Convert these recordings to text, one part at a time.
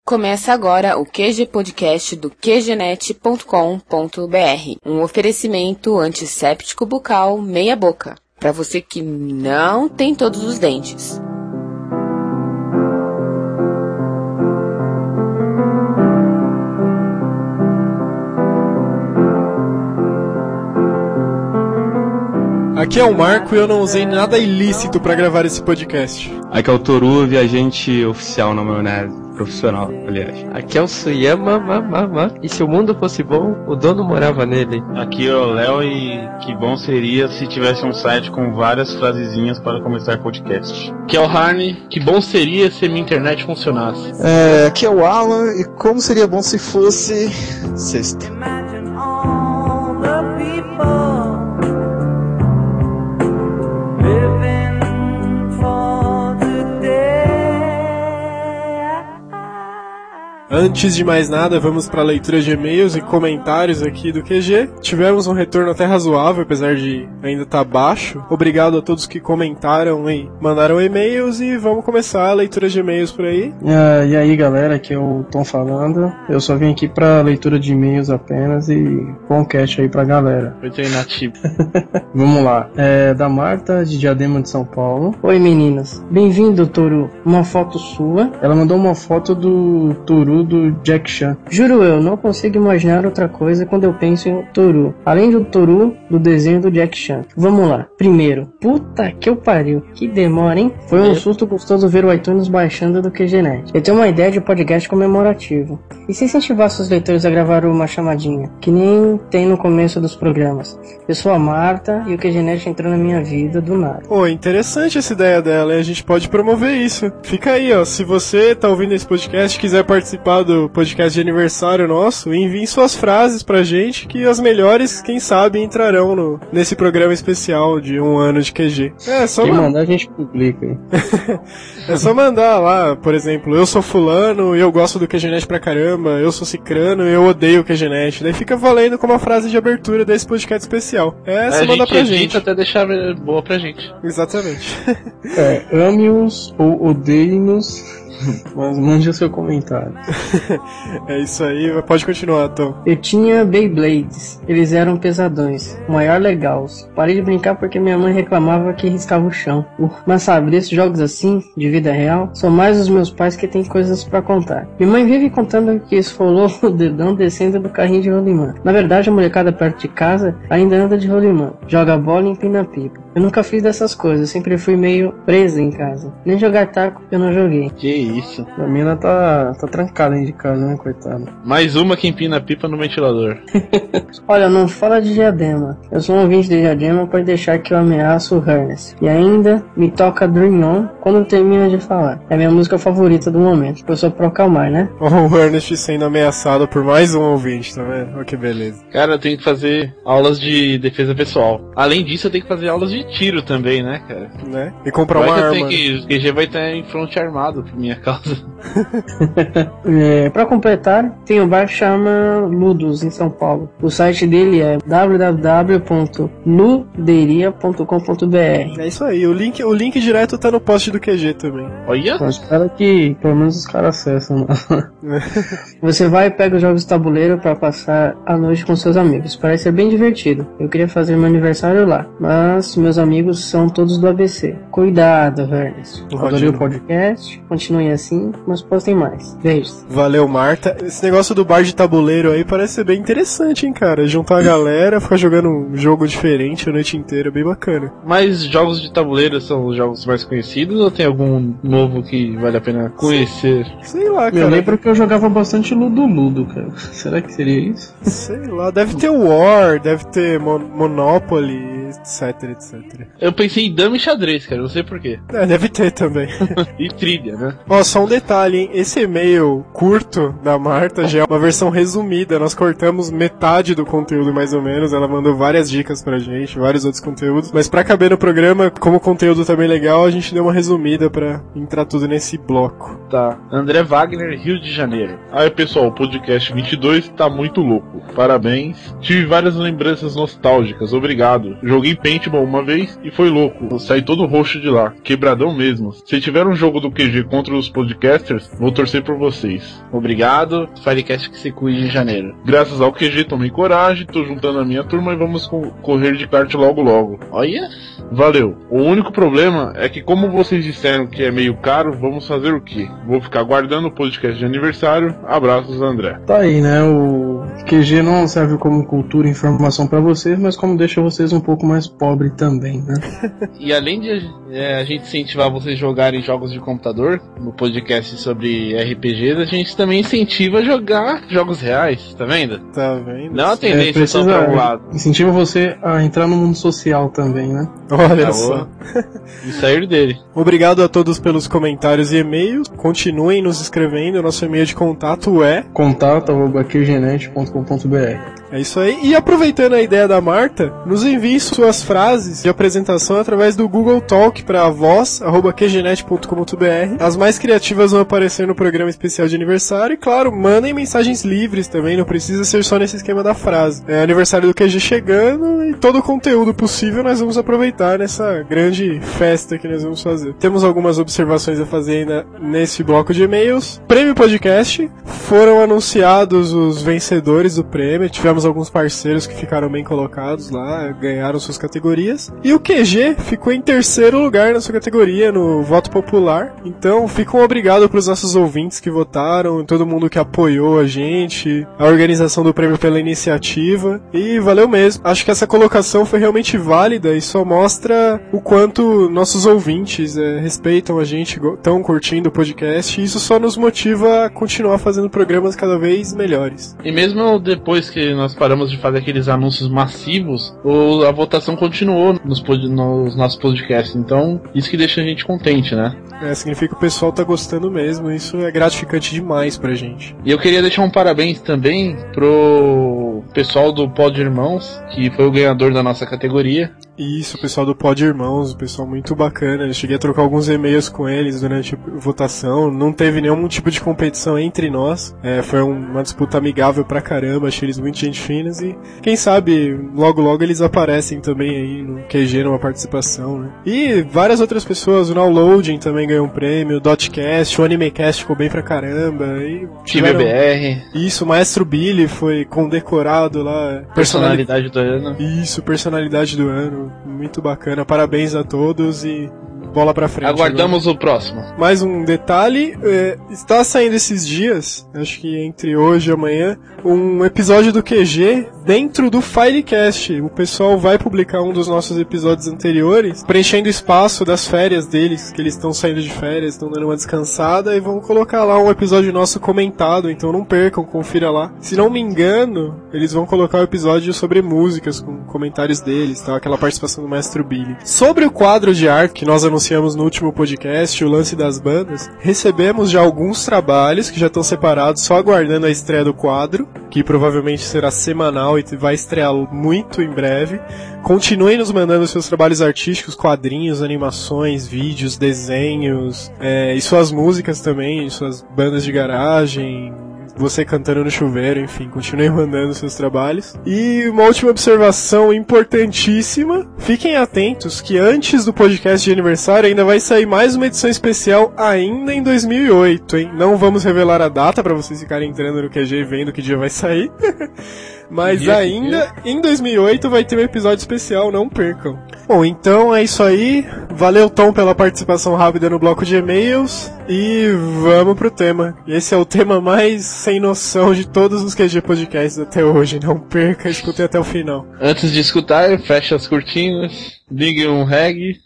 Começa agora o QG Podcast do QGNet.com.br. Um oferecimento antisséptico bucal meia boca. Para você que não tem todos os dentes. Aqui é o Marco e eu não usei nada ilícito pra gravar esse podcast. Aqui é o Toru, viajante oficial na maionese. Profissional, aliás. Aqui é o Suyama, e se o mundo fosse bom, o dono morava nele. Aqui é o Léo e que bom seria se tivesse um site com várias frasezinhas para começar podcast. Aqui é o Harney, que bom seria se minha internet funcionasse. Aqui é o Alan e como seria bom se fosse sexta. Antes de mais nada, vamos para a leitura de e-mails e comentários aqui do QG. Tivemos um retorno até razoável, apesar de ainda estar baixo. Obrigado a todos que comentaram e mandaram e-mails e vamos começar a leitura de e-mails por aí. E aí galera, aqui é o Tom falando. Eu só vim aqui para leitura de e-mails apenas e bom cast aí pra galera. Foi treinativo. Vamos lá. Da Marta, de Diadema de São Paulo. Oi meninas, bem-vindo Toru. Uma foto sua. Ela mandou uma foto do Toru do Jack Chan. Juro eu, não consigo imaginar outra coisa quando eu penso em Toru, além do Toru do desenho do Jack Chan. Vamos lá. Primeiro, puta que eu pariu, que demora, hein? Foi um susto gostoso ver o iTunes baixando do QGNet. Eu tenho uma ideia de podcast comemorativo. E se incentivasse os leitores a gravar uma chamadinha, que nem tem no começo dos programas? Eu sou a Marta e o QGNet entrou na minha vida do nada. Pô, interessante essa ideia dela, e a gente pode promover isso. Fica aí, ó, se você tá ouvindo esse podcast e quiser participar do podcast de aniversário nosso, envie suas frases pra gente, que as melhores, quem sabe, entrarão nesse programa especial de 1 ano de QG. Só mandar a gente publica aí. É só mandar lá, por exemplo, eu sou fulano e eu gosto do QGNet pra caramba, eu sou cicrano e eu odeio o QGNet. Daí fica valendo como a frase de abertura desse podcast especial. Só mandar pra gente. Até deixar boa pra gente. Exatamente. Ame-os ou odeie-nos, mas mande o seu comentário. É isso aí, pode continuar, Tom. Eu tinha Beyblades, eles eram pesadões, maior legals. Parei de brincar porque minha mãe reclamava que riscava o chão. Mas sabe, desses jogos assim, de vida real, são mais os meus pais que têm coisas pra contar. Minha mãe vive contando que esfolou o dedão descendo do carrinho de rolimã. Na verdade, a molecada perto de casa ainda anda de rolimã, joga bola e empina pipa. Eu nunca fiz dessas coisas, sempre fui meio presa em casa. Nem jogar taco eu não joguei. Que isso? A mina tá trancada dentro de casa, né, coitada. Mais uma que empina pipa no ventilador. Olha, não fala de Diadema. Eu sou um ouvinte de Diadema, pode deixar que eu ameaço o Ernest. E ainda me toca Dream On quando termina de falar. É a minha música favorita do momento, pra eu pra acalmar, né? O Ernest sendo ameaçado por mais um ouvinte, tá vendo? Olha que beleza. Cara, eu tenho que fazer aulas de defesa pessoal. Além disso, eu tenho que fazer aulas de tiro também, né, cara? Né? E comprar uma arma. O QG vai estar em fronte armado por minha causa. Pra completar, tem um bar que chama Ludos, em São Paulo. O site dele é www.luderia.com.br. É isso aí, o link direto tá no post do QG também. Olha! Eu espero que pelo menos os caras acessam. Você vai e pega os jogos de tabuleiro pra passar a noite com seus amigos. Parece ser bem divertido. Eu queria fazer meu aniversário lá, mas meus amigos são todos do ABC. Cuidado, Ernest. Adorei o podcast, continuem assim, mas postem mais. Beijos. Valeu, Marta. Esse negócio do bar de tabuleiro aí parece ser bem interessante, hein, cara? Juntar a galera, ficar jogando um jogo diferente a noite inteira, bem bacana. Mas jogos de tabuleiro são os jogos mais conhecidos ou tem algum novo que vale a pena conhecer? Sei lá, cara. Eu lembro que eu jogava bastante Ludo, cara. Será que seria isso? Sei lá, deve ter War, deve ter Monopoly, etc. Eu pensei em dama e xadrez, cara, não sei porquê. Deve ter também. E trilha, né? Ó, só um detalhe, hein? Esse e-mail curto da Marta já é uma versão resumida. Nós cortamos metade do conteúdo, mais ou menos. Ela mandou várias dicas pra gente, vários outros conteúdos. Mas pra caber no programa, como o conteúdo também é legal, a gente deu uma resumida pra entrar tudo nesse bloco. Tá. André Wagner, Rio de Janeiro. Aí, pessoal, o podcast 22 tá muito louco. Parabéns. Tive várias lembranças nostálgicas. Obrigado. Joguei paintball uma vez e foi louco. Eu saí todo roxo de lá. Quebradão mesmo. Se tiver um jogo do QG contra futuros podcasters, vou torcer por vocês. Obrigado, Firecast que se cuide em janeiro. Graças ao QG tomei coragem, tô juntando a minha turma e vamos correr de kart logo logo. Olha! Valeu. O único problema é que como vocês disseram que é meio caro, vamos fazer o quê? Vou ficar guardando o podcast de aniversário. Abraços, André. Tá aí, né? O QG não serve como cultura e informação pra vocês, mas como deixa vocês um pouco mais pobres também, né? E além de a gente incentivar vocês a jogarem jogos de computador, no podcast sobre RPGs, a gente também incentiva a jogar jogos reais, tá vendo? Tá vendo? Não é uma tendência só pra um lado. Incentiva você a entrar no mundo social também, né? Olha só. E sair dele. Obrigado a todos pelos comentários e e-mails. Continuem nos escrevendo. Nosso e-mail de contato é contato@qgenet.com.br. É isso aí. E aproveitando a ideia da Marta, nos envie suas frases de apresentação através do Google Talk para voz@qgenet.com.br. As mais criativas vão aparecer no programa especial de aniversário. E claro, mandem mensagens livres também, não precisa ser só nesse esquema da frase. É aniversário do QG chegando e todo o conteúdo possível nós vamos aproveitar nessa grande festa que nós vamos fazer. Temos algumas observações a fazer ainda nesse bloco de e-mails. Prêmio Podcast. Foram anunciados os vencedores do prêmio. Tivemos alguns parceiros que ficaram bem colocados lá, ganharam suas categorias. E o QG ficou em terceiro lugar na sua categoria, no voto popular. Então, fica um obrigado para os nossos ouvintes que votaram, todo mundo que apoiou a gente, a organização do prêmio pela iniciativa. E valeu mesmo. Acho que essa colocação foi realmente válida e só mostra o quanto nossos ouvintes respeitam a gente, estão curtindo o podcast. E isso só nos motiva a continuar fazendo programas cada vez melhores. E mesmo depois que nós paramos de fazer aqueles anúncios massivos, a votação continuou nos nossos podcasts. Então, isso que deixa a gente contente, né? Significa que o pessoal tá gostando mesmo. Isso é gratificante demais pra gente. E eu queria deixar um parabéns também pro pessoal do Pod Irmãos, que foi o ganhador da nossa categoria. Isso, o pessoal do Pod Irmãos, o pessoal muito bacana. Eu cheguei a trocar alguns e-mails com eles durante a votação. Não teve nenhum tipo de competição entre nós. Foi uma disputa amigável pra caramba. Achei eles muito gente finas. E quem sabe, logo logo eles aparecem também aí no QG, numa participação, né? E várias outras pessoas. O Downloading também ganhou um prêmio. O Dotcast, o Animecast ficou bem pra caramba. E TVBR. Isso, o Maestro Billy foi condecorado lá. Personalidade do ano. Isso, personalidade do ano. Muito bacana, parabéns a todos e bola pra frente. Aguardamos agora o próximo. Mais um detalhe, está saindo esses dias, acho que entre hoje e amanhã, um episódio do QG dentro do Firecast. O pessoal vai publicar um dos nossos episódios anteriores, preenchendo o espaço das férias deles, que eles estão saindo de férias, estão dando uma descansada, e vão colocar lá um episódio nosso comentado, então não percam, confira lá. Se não me engano, eles vão colocar um episódio sobre músicas, com comentários deles, tá? Aquela participação do Maestro Billy. Sobre o quadro de arte que nós anunciamos no último podcast, o lance das bandas, recebemos já alguns trabalhos que já estão separados, só aguardando a estreia do quadro, que provavelmente será semanal e vai estrear muito em breve. Continuem nos mandando seus trabalhos artísticos, quadrinhos, animações, vídeos, desenhos, e suas músicas também, suas bandas de garagem, você cantando no chuveiro, enfim, continue mandando seus trabalhos. E uma última observação importantíssima, fiquem atentos que antes do podcast de aniversário ainda vai sair mais uma edição especial ainda em 2008, hein? Não vamos revelar a data para vocês ficarem entrando no QG e vendo que dia vai sair. Mas ainda em 2008 vai ter um episódio especial, não percam. Bom, então é isso aí. Valeu, Tom, pela participação rápida no bloco de e-mails. E vamos pro tema. Esse é o tema mais sem noção de todos os QG Podcasts até hoje. Não perca, escutem até o final. Antes de escutar, fecha as cortinas, ligue um reggae.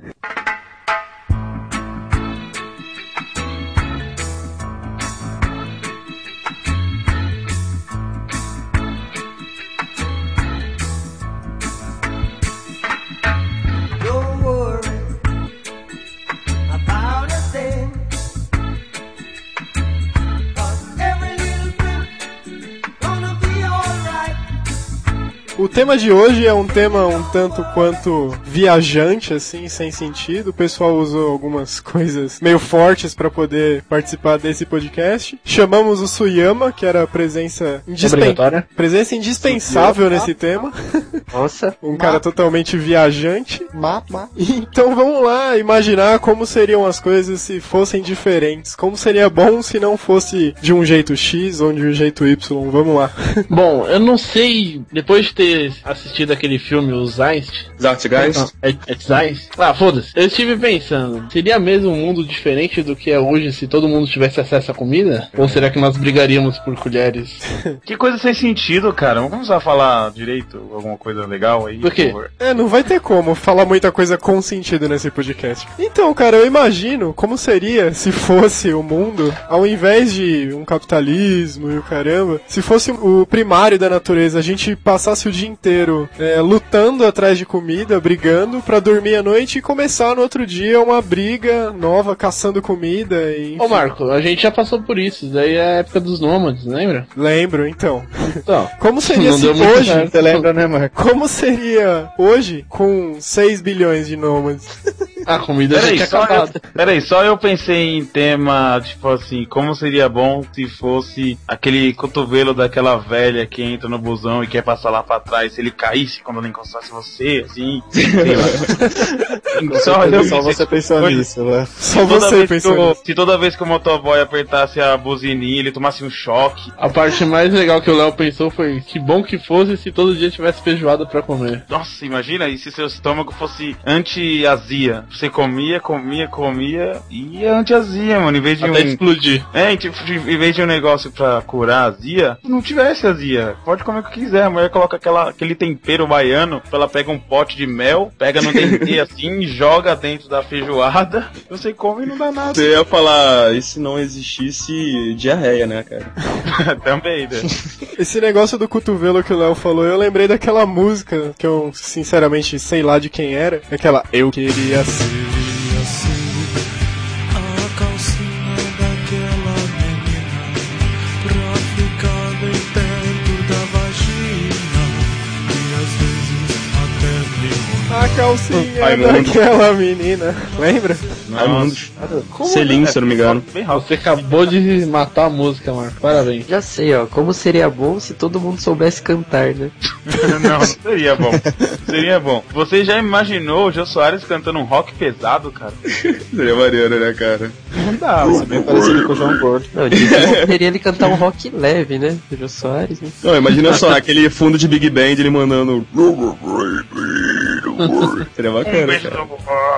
O tema de hoje é um tema um tanto quanto viajante, assim, sem sentido. O pessoal usou algumas coisas meio fortes para poder participar desse podcast. Chamamos o Suyama, que era a presença indispensável nesse tema. Nossa. Um cara totalmente viajante. Então vamos lá imaginar como seriam as coisas se fossem diferentes. Como seria bom se não fosse de um jeito X ou de um jeito Y. Vamos lá. Bom, eu não sei, depois de ter assistido aquele filme, o Zeitgeist. Ah, foda-se. Eu estive pensando, seria mesmo um mundo diferente do que é hoje se todo mundo tivesse acesso à comida? Ou será que nós brigaríamos por colheres? Que coisa sem sentido, cara. Vamos começar a falar direito alguma coisa legal aí? Por quê? Não vai ter como falar muita coisa com sentido nesse podcast. Então, cara, eu imagino como seria se fosse o mundo, ao invés de um capitalismo e o caramba, se fosse o primário da natureza, a gente passasse o dia inteiro lutando atrás de comida, brigando, pra dormir à noite e começar no outro dia uma briga nova, caçando comida e... Ô Marco, a gente já passou por isso, daí é a época dos nômades, lembra? Lembro, então. Então, como seria se hoje... Você lembra, né, Marco? Como seria hoje com 6 bilhões de nômades? A comida já tinha acabado. Peraí, só eu pensei em tema, tipo assim, como seria bom se fosse aquele cotovelo daquela velha que entra no busão e quer passar lá pra trás, se ele caísse quando ela encostasse você, assim, sei lá. Só você pensou nisso, né? Só você pensou nisso. Se toda vez que o motoboy apertasse a buzininha, ele tomasse um choque. A parte mais legal que o Léo pensou foi que bom que fosse se todo dia tivesse feijoada pra comer. Nossa, imagina, e se seu estômago fosse anti-azia? Você comia e ia anti-azia, mano, em vez de até explodir. Em vez de um negócio pra curar a azia, não tivesse azia. Pode comer o que quiser, a mulher coloca aquele tempero baiano, ela pega um pote de mel, pega no dente assim, joga dentro da feijoada, você come e não dá nada. Você ia falar, e se não existisse diarreia, né, cara? Também, né? Esse negócio do cotovelo que o Léo falou, eu lembrei daquela música que eu, sinceramente, sei lá de quem era. Aquela Eu Queria Ser Assim, a calcinha daquela menina, pra ficar bem perto da vagina, e às vezes até me... A calcinha daquela menina, lembra? Selim, se eu não me engano. Você acabou de matar a música, Marco. Parabéns. Já sei, ó. Como seria bom se todo mundo soubesse cantar, né? Não seria bom. Seria bom. Você já imaginou o Jô Soares cantando um rock pesado, cara? Seria maneiro, né, cara? Não dá. Isso, bem parecido com o João Gordo. Não, seria ele cantar um rock leve, né? O Jô Soares, né? Não, imagina só, aquele fundo de Big Band ele mandando... Seria bacana, cara.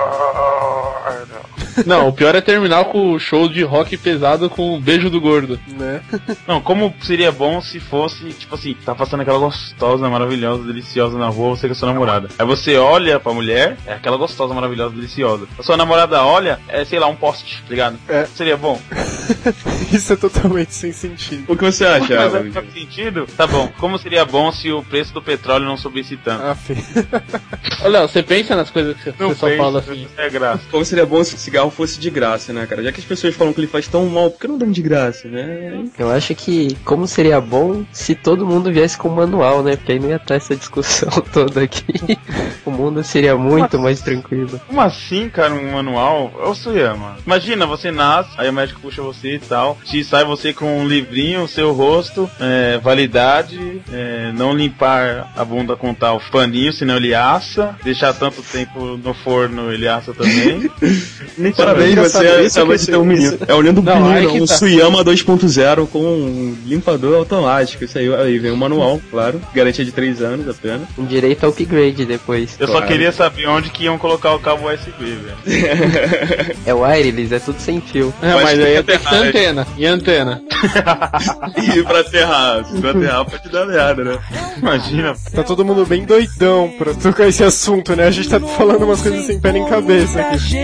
Não, o pior é terminar com o show de rock pesado com o beijo do gordo. Né? Não, como seria bom se fosse, tipo assim, tá passando aquela gostosa, maravilhosa, deliciosa na rua, você com a sua namorada. Aí você olha pra mulher, é aquela gostosa, maravilhosa, deliciosa. A sua namorada olha, é, sei lá, um poste, tá ligado? Seria bom. Isso é totalmente sem sentido. O que você acha? Mas não faz sentido? Tá bom. Como seria bom se o preço do petróleo não subisse tanto? Olha, você pensa nas coisas que você só fala assim. É graça. Como seria bom se o cigarro fosse de graça, né, cara? Já que as pessoas falam que ele faz tão mal, por que não dão de graça, né? Eu acho que como seria bom se todo mundo viesse com manual, né? Porque aí não ia estar essa discussão toda aqui. O mundo seria muito mais tranquilo. Como assim, cara, um manual? Ô, Suyama, imagina, você nasce, aí o médico puxa você e tal, te sai você com um livrinho, seu rosto, validade, não limpar a bunda com tal paninho, senão ele assa, deixar tanto tempo no forno, ele assa também. Parabéns, você acaba de ter um menino. É olhando um menino, um Suyama 2.0 com um limpador automático. Isso aí vem um manual, claro. Garantia de 3 anos apenas. Com direito a upgrade depois. Eu só queria saber onde que iam colocar o cabo USB, velho. É wireless, é tudo sem fio. Mas aí tem que ter antena. E antena? E pra aterrar pode dar merda, né? Imagina. Tá todo mundo bem doidão pra tocar esse assunto, né? A gente tá falando umas coisas sem pé nem cabeça aqui.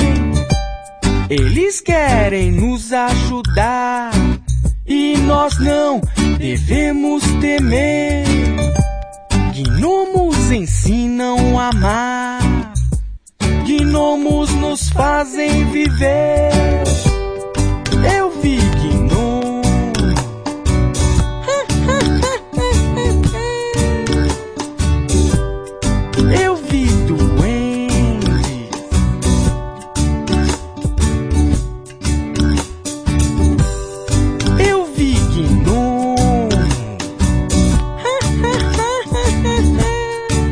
Eles querem nos ajudar e nós não devemos temer. Gnomos ensinam a amar, gnomos nos fazem viver. Eu vi gnomo. Eu vi duendes. Eu vi gnomo.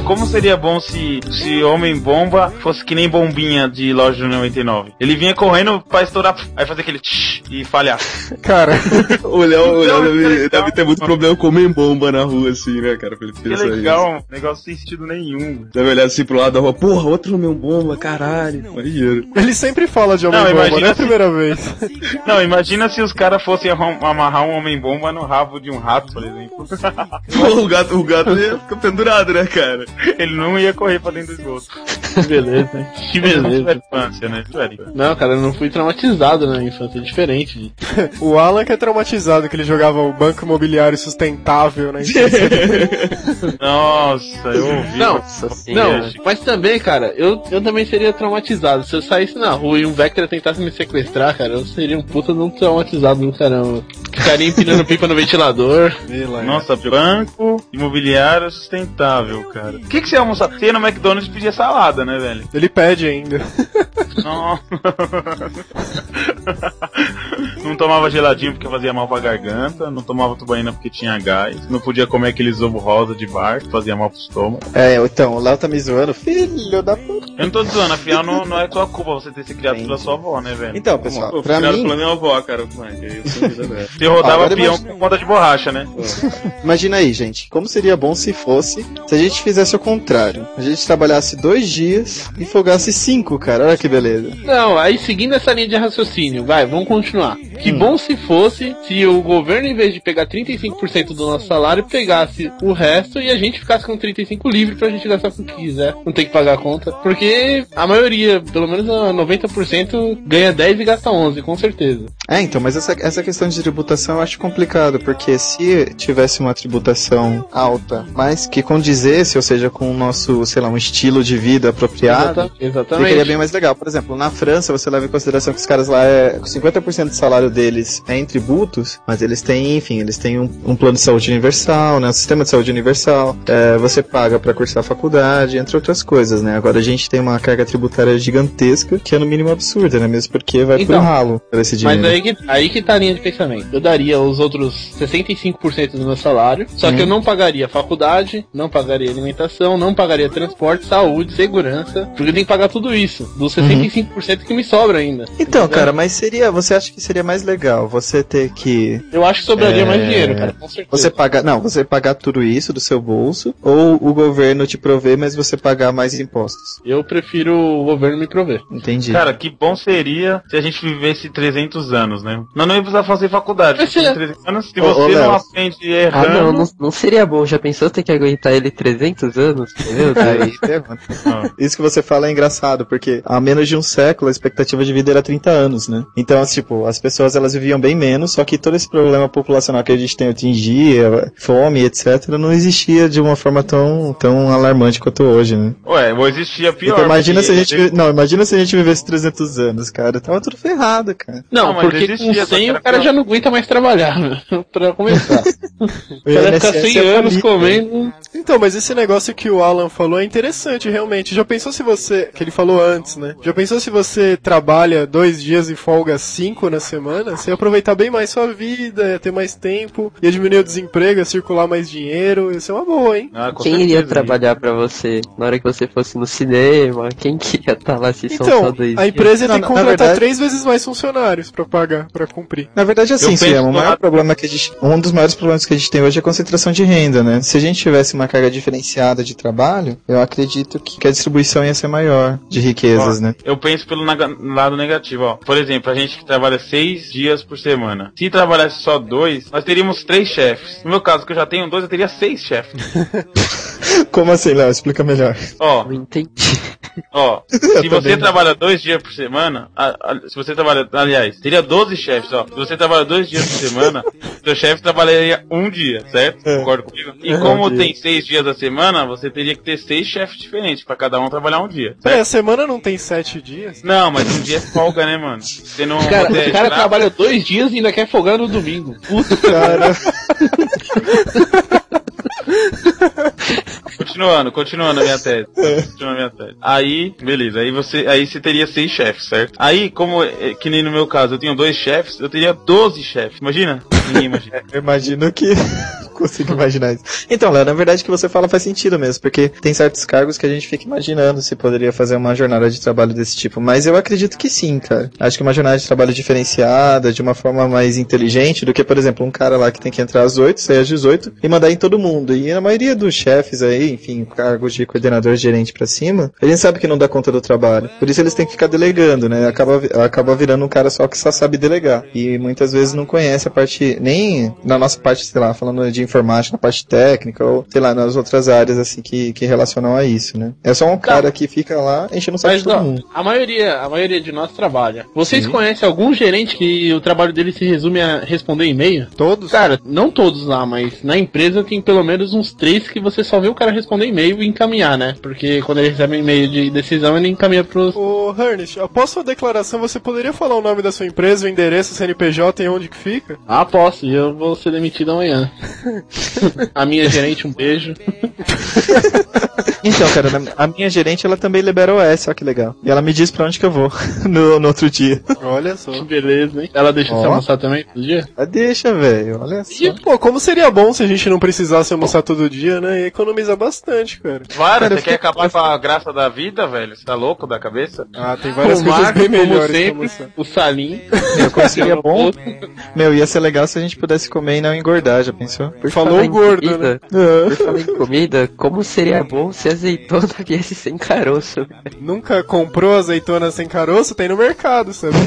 como seria bom se Homem-Bomba fosse que nem bombinha de loja de 99. Ele vinha correndo pra estourar, aí fazer aquele tsh e falhar. Cara, o Léo deve ter muito problema com Homem-Bomba na rua, assim, né, cara? Pra ele que legal, um negócio sem sentido nenhum. Deve olhar assim pro lado da rua, porra, outro Homem-Bomba, caralho. Imagina. Ele sempre fala de Homem-Bomba, não é a primeira vez. Não, imagina se os caras fossem amarrar um Homem-Bomba no rabo de um rato, por exemplo. Pô, o gato ia ficar pendurado, né, cara? Ele não ia correr pra dentro do esgoto. Que beleza, que beleza. Infância, né? Não, cara, eu não fui traumatizado na infância, é diferente. O Alan que é traumatizado, que ele jogava o Banco Imobiliário Sustentável na infância. Nossa, eu ouvi. Não, mas também, cara, eu também seria traumatizado. Se eu saísse na rua e um Vectra tentasse me sequestrar, cara, eu seria um puta de um traumatizado do caramba. Ficaria empinando pipa no ventilador. Nossa, Banco Imobiliário Sustentável, cara. O que você ia almoçar? Você ia no McDonald's e pedia salada, né, velho? Ele pede ainda. Não. Não tomava geladinho porque fazia mal pra garganta. Não tomava tubaína porque tinha gás. Não podia comer aqueles ovo rosa de bar que fazia mal pro estômago. Então, o Léo tá me zoando, filho da puta. Eu não tô zoando, afinal não é tua culpa você ter se criado pela sua avó, né, velho? Então, pessoal, Pô, pra mim... pela minha avó, cara. Você rodava peão com conta de borracha, né? Imagina aí, gente, como seria bom se a gente fizesse o contrário. A gente trabalhasse 2 dias e folgasse 5, cara. Olha que beleza. Não, aí seguindo essa linha de raciocínio, vamos continuar. Que bom se fosse se o governo, em vez de pegar 35% do nosso salário, pegasse o resto e a gente ficasse com 35% livre pra gente gastar com o que quiser. Não tem que pagar a conta. Porque a maioria, pelo menos 90%, ganha 10 e gasta 11, com certeza. Então, mas essa questão de tributação eu acho complicado, porque se tivesse uma tributação alta, mas que condizesse, ou seja, com o nosso, sei lá, um estilo de vida apropriado, exatamente. Ficaria bem mais legal. Por exemplo, na França, você leva em consideração que os caras lá, 50% do salário deles é em tributos, mas eles têm, enfim, um plano de saúde universal, né, um sistema de saúde universal, você paga pra cursar a faculdade, entre outras coisas, né. Agora a gente tem uma carga tributária gigantesca, que é no mínimo absurda, né, mesmo porque vai pro ralo pra esse dinheiro. Mas aí que tá a linha de pensamento. Eu daria os outros 65% do meu salário, só que eu não pagaria faculdade, não pagaria alimentação, não pagaria transporte, saúde, segurança, porque eu tenho que pagar tudo isso, dos 65% que me sobra ainda. Então, cara, mas você acha que seria mais legal você ter que... Eu acho que sobraria mais dinheiro, cara, com certeza. Você pagar tudo isso do seu bolso, ou o governo te prover, mas você pagar mais impostos? Eu prefiro o governo me prover. Entendi. Cara, que bom seria se a gente vivesse 300 anos, né? Não ia precisar fazer faculdade. 300 anos, se você não aprende errando... Não seria bom. Já pensou ter que aguentar ele 300 anos? Meu Deus. Isso que você fala é engraçado, porque há menos de um século a expectativa de vida era 30 anos, né? Então, tipo, as pessoas elas viviam bem menos, só que todo esse problema populacional que a gente tem hoje em dia, fome, etc., não existia de uma forma tão alarmante quanto hoje, né? Ou existia pior. Então, imagina se a gente vivesse 300 anos, cara. Tava tudo ferrado, cara. Não, porque com 100 o cara já não aguenta mais trabalhar, né? Pra começar. O cara ficar 100 anos comendo... Então, mas esse negócio que o Alan falou é interessante, realmente. Já pensou se você... Que ele falou antes, né? Já pensou se você trabalha 2 dias e folga 5 na semana? Você ia aproveitar bem mais sua vida, ia ter mais tempo, ia diminuir o desemprego, ia circular mais dinheiro. Ia ser uma boa, hein? Quem iria trabalhar pra você? Na hora que você fosse no cinema, quem que ia estar lá se são só 2 dias? A empresa ia ter que contratar 3 vezes mais funcionários pra pagar, pra cumprir. Na verdade, assim, um dos maiores problemas que a gente tem hoje é a concentração de renda, né? Se a gente tivesse uma carga diferenciada de trabalho, eu acredito que a distribuição ia ser maior de riquezas, né? Eu penso pelo lado negativo, ó. Por exemplo, a gente que trabalha 6 dias por semana. Se trabalhasse só 2, nós teríamos 3 chefes. No meu caso, que eu já tenho 2, eu teria 6 chefes. Como assim, Léo? Explica melhor. Ó, não entendi. Ó, se você trabalha 2 dias por semana, se você trabalha, aliás, teria 12 chefes, ó. Se você trabalha 2 dias por semana, seu chefe trabalharia 1 dia, certo? Concorda comigo? E como tem 6 dias da semana, você teria que ter 6 chefes diferentes, pra cada um trabalhar 1 dia. A semana não tem 7 dias? Não, mas 1 dia é folga, né, mano? Você não... O cara trabalha 2 dias e ainda quer folgar no domingo. Puta, cara. Continuando a minha tese. Aí, beleza, aí você teria 6 chefes, certo? Aí, como que nem no meu caso, eu tenho 2 chefes, eu teria 12 chefes. Imagina? Ninguém imagina. Eu imagino que... consigo imaginar isso. Então, Léo, na verdade o que você fala faz sentido mesmo, porque tem certos cargos que a gente fica imaginando se poderia fazer uma jornada de trabalho desse tipo, mas eu acredito que sim, cara. Acho que uma jornada de trabalho diferenciada, de uma forma mais inteligente do que, por exemplo, um cara lá que tem que entrar às 8, sair às 18 e mandar em todo mundo. E a maioria dos chefes aí, enfim, cargos de coordenador, gerente pra cima, a gente sabe que não dá conta do trabalho. Por isso eles têm que ficar delegando, né? Acaba virando um cara só que só sabe delegar. E muitas vezes não conhece a parte, nem na nossa parte, sei lá, falando de informática, na parte técnica, ou, sei lá, nas outras áreas, assim, que relacionam a isso, né? É só um cara que fica lá enchendo o saco de todo mundo. A maioria de nós trabalha. Vocês conhecem algum gerente que o trabalho dele se resume a responder e-mail? Todos? Cara, não todos lá, mas na empresa tem pelo menos uns 3 que você só vê o cara responder e-mail e encaminhar, né? Porque quando ele recebe um e-mail de decisão, ele encaminha pros... Ô, Hernish, após sua declaração, você poderia falar o nome da sua empresa, o endereço, o CNPJ e onde que fica? Ah, posso, e eu vou ser demitido amanhã. A minha gerente, um beijo. Então, cara, a minha gerente, ela também libera OS, olha que legal. E ela me diz pra onde que eu vou no outro dia. Olha só. Que beleza, hein? Ela deixa você almoçar também todo dia? Ela deixa, velho, olha só. E, pô, como seria bom se a gente não precisasse almoçar todo dia, né? E economiza bastante, cara. Para, você quer acabar com a graça da vida, velho? Você tá louco da cabeça? Ah, tem várias coisas bem melhores pra almoçar. O salinho. Como seria bom? Meu, ia ser legal se a gente pudesse comer e não engordar, já pensou? Falou o gordo, né? Por falar em comida, como seria bom se a azeitona viesse sem caroço? Nunca comprou azeitona sem caroço? Tem no mercado, sabia?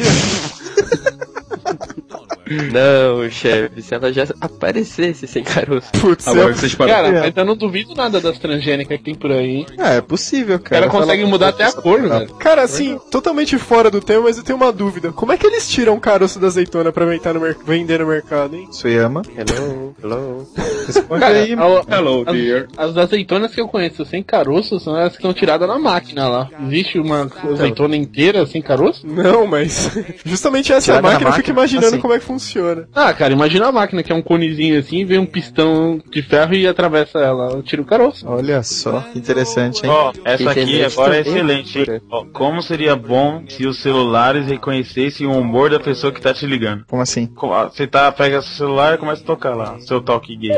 Não, chefe, se ela já aparecesse sem caroço. Putz, cara, mas eu não duvido nada das transgênicas que tem por aí. É possível, cara. O cara consegue mudar até a cor, velho. Cara, assim, totalmente fora do tema, mas eu tenho uma dúvida. Como é que eles tiram o caroço da azeitona pra vender no mercado, hein? Suyama. Hello. Responde Cara, aí. Hello, dear. As azeitonas que eu conheço sem caroço são as que estão tiradas na máquina lá. Existe uma azeitona inteira sem caroço? Não, mas justamente essa Tirada máquina na eu fico máquina? imaginando Assim. como é que funciona. Ah, cara, imagina a máquina que é um conezinho assim, vem um pistão de ferro e atravessa ela. Tira o caroço. Olha só, que interessante, hein? Ó, essa aqui Entendeu? agora é Também. excelente. Ó, como seria bom se os celulares reconhecessem o humor da pessoa que tá te ligando? Como assim? Você pega seu celular e começa a tocar lá, seu talk gay.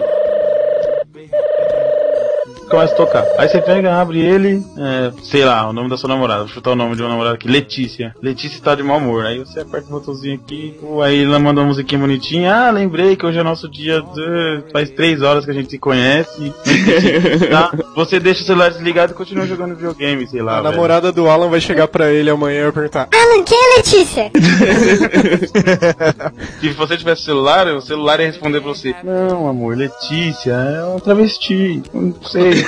Começa a tocar. Aí você pega, abre ele, sei lá, o nome da sua namorada. Vou chutar o nome de uma namorada aqui, Letícia. Letícia tá de mau humor. Aí você aperta o botãozinho aqui, aí ela manda uma musiquinha bonitinha. Ah, lembrei que hoje é nosso dia, faz 3 horas que a gente se conhece. Tá? Você deixa o celular desligado e continua jogando videogame, sei lá. A namorada do Alan vai chegar pra ele amanhã e perguntar: Alan, quem é Letícia? Se você tivesse o celular ia responder pra você: não, amor, Letícia é uma travesti. Não sei.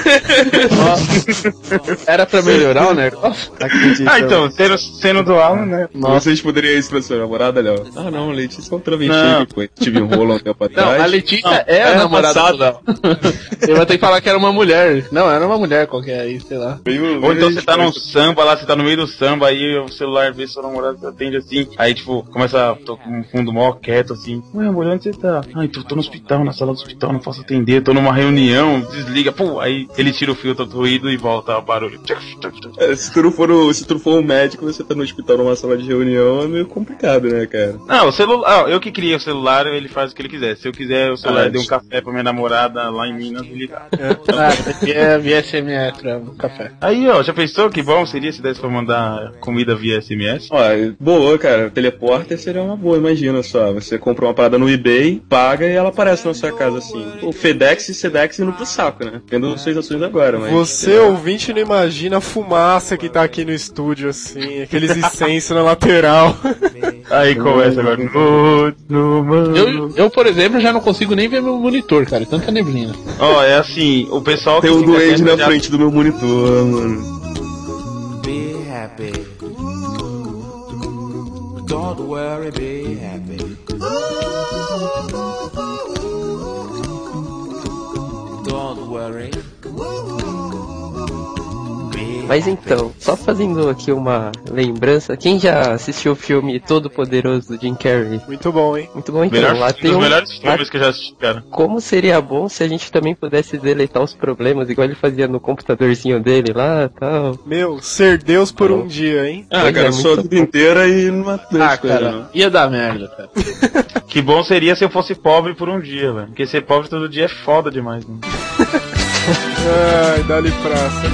Era pra melhorar o negócio? Então, sendo do Alan, né? Vocês poderiam isso pra sua namorada, Léo? Ah, não, Letícia é um travesti que foi. Tive um rolo um tempo Não, atrás. a Letícia é a namorada do Léo. Eu vou ter que falar que era uma mulher. Não, era uma mulher qualquer aí, sei lá. Ou então você tá num samba lá, você tá no meio do samba, aí o celular vê sua namorada, você atende assim, aí tipo, começa, tô com um fundo mó quieto assim. Ué, amor, onde você tá? Ai, tô no hospital, na sala do hospital, não posso atender, tô numa reunião, desliga, pô, aí ele tira o filtro do ruído e volta o barulho. Se tu não for um médico, você tá no hospital numa sala de reunião, é meio complicado, né, cara? Não, o celular, eu que criei o celular, ele faz o que ele quiser. Se eu quiser o celular dê um café pra minha namorada lá em Minas, ele dá. Via SMS pra um café. Aí, ó, já pensou que bom seria se desse pra mandar comida via SMS? Ó, boa, cara. Teleporter seria uma boa, imagina só. Você compra uma parada no eBay, paga e ela aparece na sua casa assim. O FedEx e Sedex indo pro saco, né? Tendo suas ações agora, mas... Você, ouvinte, não imagina a fumaça que tá aqui no estúdio, assim, aqueles incêndios na lateral. Aí começa agora. Eu, por exemplo, já não consigo nem ver meu monitor, cara, tanta neblina. Ó, é assim, o pessoal tem que um fica duende na já... frente do meu monitor, mano. Be happy. Don't worry, be happy. Don't worry. Mas então, só fazendo aqui uma lembrança, quem já assistiu o filme Todo Poderoso do Jim Carrey? Muito bom, hein? Muito bom, então. Lá tem um dos melhores filmes que eu já assisti, cara. Como seria bom se a gente também pudesse deletar os problemas, igual ele fazia no computadorzinho dele lá e tal. Meu, ser Deus por um dia, hein? Ah, cara, só a vida inteira e não matou cara, ia dar merda, cara. Que bom seria se eu fosse pobre por um dia, velho. Porque ser pobre todo dia é foda demais, mano. Ai, dá-lhe praça.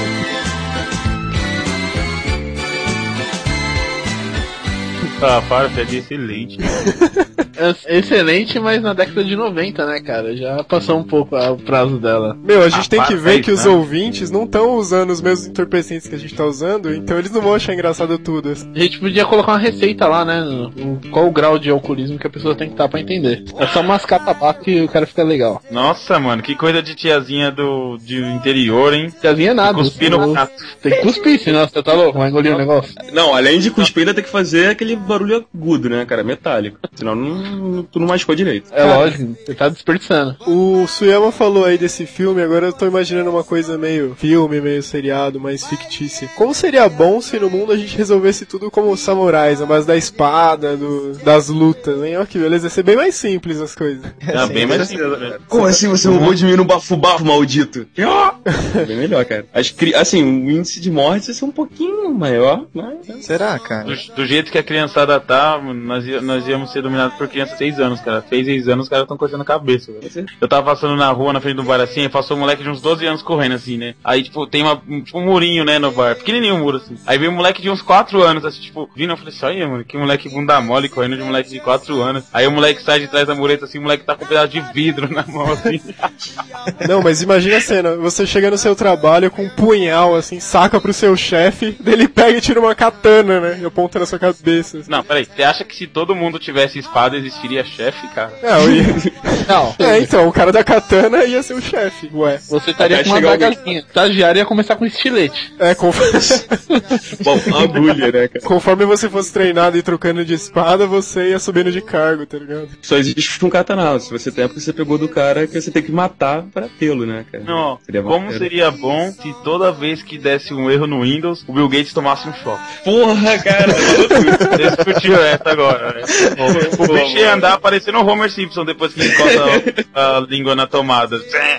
Ah, para, é excelente. Excelente, mas na década de 90, né, cara? Já passou um pouco o prazo dela. Meu, a gente tem que ver que os ouvintes não estão usando os mesmos entorpecentes que a gente tá usando, então eles não vão achar engraçado tudo. A gente podia colocar uma receita lá, né? Qual o grau de alcoolismo que a pessoa tem que estar pra entender. É só mascar tabaco que o cara fica legal. Nossa, mano, que coisa de tiazinha do interior, hein? Tiazinha nada. Cuspir no prato. Tem que cuspir, senão você tá louco, vai engolir o negócio. Não, além de cuspir, ainda tem que fazer aquele barulho agudo, né, cara? Metálico. Senão tu não mascou direito. É lógico, você tá desperdiçando. O Suyama falou aí desse filme, agora eu tô imaginando uma coisa meio filme, meio seriado, mais fictícia. Como seria bom se no mundo a gente resolvesse tudo como samurais, a base da espada, das lutas, hein? Olha que beleza, ia ser bem mais simples as coisas. É bem mais simples, né? Como assim você roubou de mim no bafo-bafo, maldito? Bem melhor, cara. Assim, o índice de morte ia ser um pouquinho maior, mas... Será, cara? Do jeito que a criançada tá, nós íamos ser dominados por crianças de 6 anos, cara. 6 anos, os caras tão cortando a cabeça, velho. Eu tava passando na rua, na frente do bar assim, e passou um moleque de uns 12 anos correndo assim, né? Aí, tipo, tem um murinho, né, no bar. Pequenininho o muro, assim. Aí veio um moleque de uns 4 anos, assim, tipo, vindo, eu falei assim, olha, mano, que moleque bunda mole correndo de um moleque de 4 anos. Aí o moleque sai de trás da mureta, assim, o moleque tá com um pedaço de vidro na mão, assim. Não, mas imagina a cena, você chega no seu trabalho com um punhal, assim, saca pro seu chefe, dele pega e tira uma katana, né, e aponta na sua cabeça. Assim. Não, peraí, você acha que se todo mundo tivesse espada, existiria chefe, cara? Não. Então, o cara da katana ia ser o chefe, ué. Você estaria com uma dagazinha. O estagiário ia começar com estilete. Bom, uma agulha, né, cara? Conforme você fosse treinado e trocando de espada, você ia subindo de cargo, tá ligado? Só existe um katana, se você tem, é porque você pegou do cara que você tem que matar pra tê-lo, né, cara? Não, seria bom se toda vez que desse um erro no Windows, o Bill Gates tomasse um choque. Porra, cara! Você discutiu essa agora, né? O bicho ia andar parecendo o Homer Simpson depois que encosta a língua na tomada.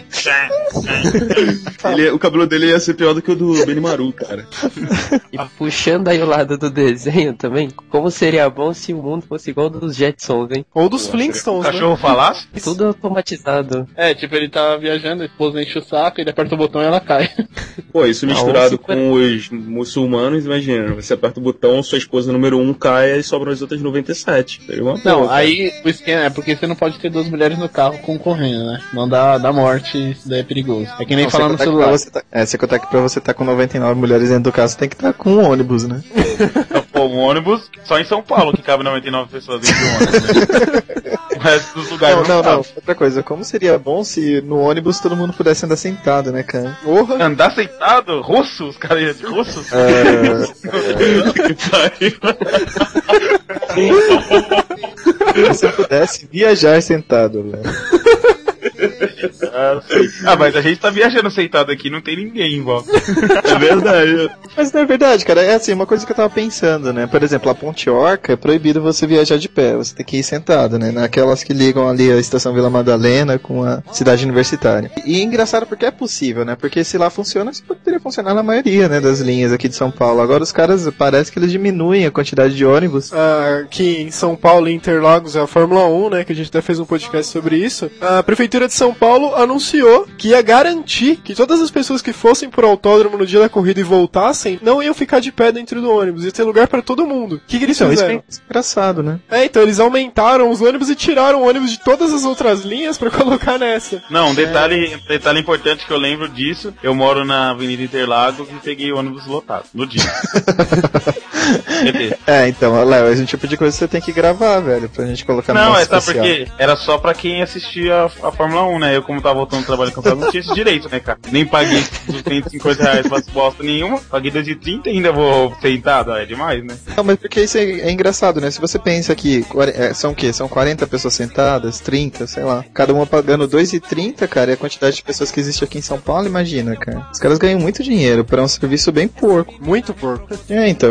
O cabelo dele ia ser pior do que o do Benimaru, cara. E puxando aí o lado do desenho também, como seria bom se o mundo fosse igual dos Jetsons, hein? Ou dos Flintstones, né? O cachorro falasse? Tudo automatizado. É, tipo, ele tá viajando, a esposa enche o saco, ele aperta o botão e ela cai. Pô, isso misturado com os muçulmanos, imagina, você aperta o botão, sua esposa número 1 cai e sobram as outras 97. Não, aí o esquema é porque você não pode ter 2 mulheres no carro concorrendo, né? Não dá morte, isso daí é perigoso. É que nem falar no celular. Você contar que pra você estar com 99 mulheres dentro do carro, você tem que estar com um ônibus, né? Pô, um ônibus só em São Paulo que cabe 99 pessoas dentro do ônibus, né? O resto dos lugares não. Outra coisa, como seria bom se no ônibus todo mundo pudesse andar sentado, né, cara? Porra. Andar sentado? Russo? Os caras iam de russos? Se você pudesse viajar sentado, velho. Mas a gente tá viajando sentado aqui, não tem ninguém em volta. É verdade. Mas não é verdade, cara. É assim, uma coisa que eu tava pensando, né? Por exemplo, a Ponte Orca é proibido você viajar de pé, você tem que ir sentado, né? Naquelas que ligam ali a Estação Vila Madalena com a cidade universitária. E é engraçado porque é possível, né? Porque se lá funciona, isso poderia funcionar na maioria, né? Das linhas aqui de São Paulo. Agora os caras, parece que eles diminuem a quantidade de ônibus. Aqui em São Paulo, em Interlagos, é a Fórmula 1, né? Que a gente até fez um podcast sobre isso. A Prefeitura de São Paulo anunciou que ia garantir que todas as pessoas que fossem pro autódromo no dia da corrida e voltassem, não iam ficar de pé dentro do ônibus, ia ter lugar pra todo mundo. O que eles fizeram? Isso é engraçado, né? Então eles aumentaram os ônibus e tiraram o ônibus de todas as outras linhas pra colocar nessa. Não, um detalhe importante que eu lembro disso, eu moro na Avenida Interlagos e peguei ônibus lotado, no dia. Então, Léo, esse tipo de coisa você tem que gravar, velho, pra gente colocar no nosso especial. Não, porque era só pra quem assistia a Fórmula 1, né? Eu, como tava voltando do trabalho cansado, não tinha esse direito, né, cara? Nem paguei R$250 pra bosta nenhuma, paguei R$230 e ainda vou sentado, é demais, né? Não, mas porque isso é engraçado, né? Se você pensa que são o quê? São 40 pessoas sentadas, 30, sei lá. Cada uma pagando R$2,30, cara, e a quantidade de pessoas que existe aqui em São Paulo, imagina, cara. Os caras ganham muito dinheiro pra um serviço bem porco. Muito porco. Então, eu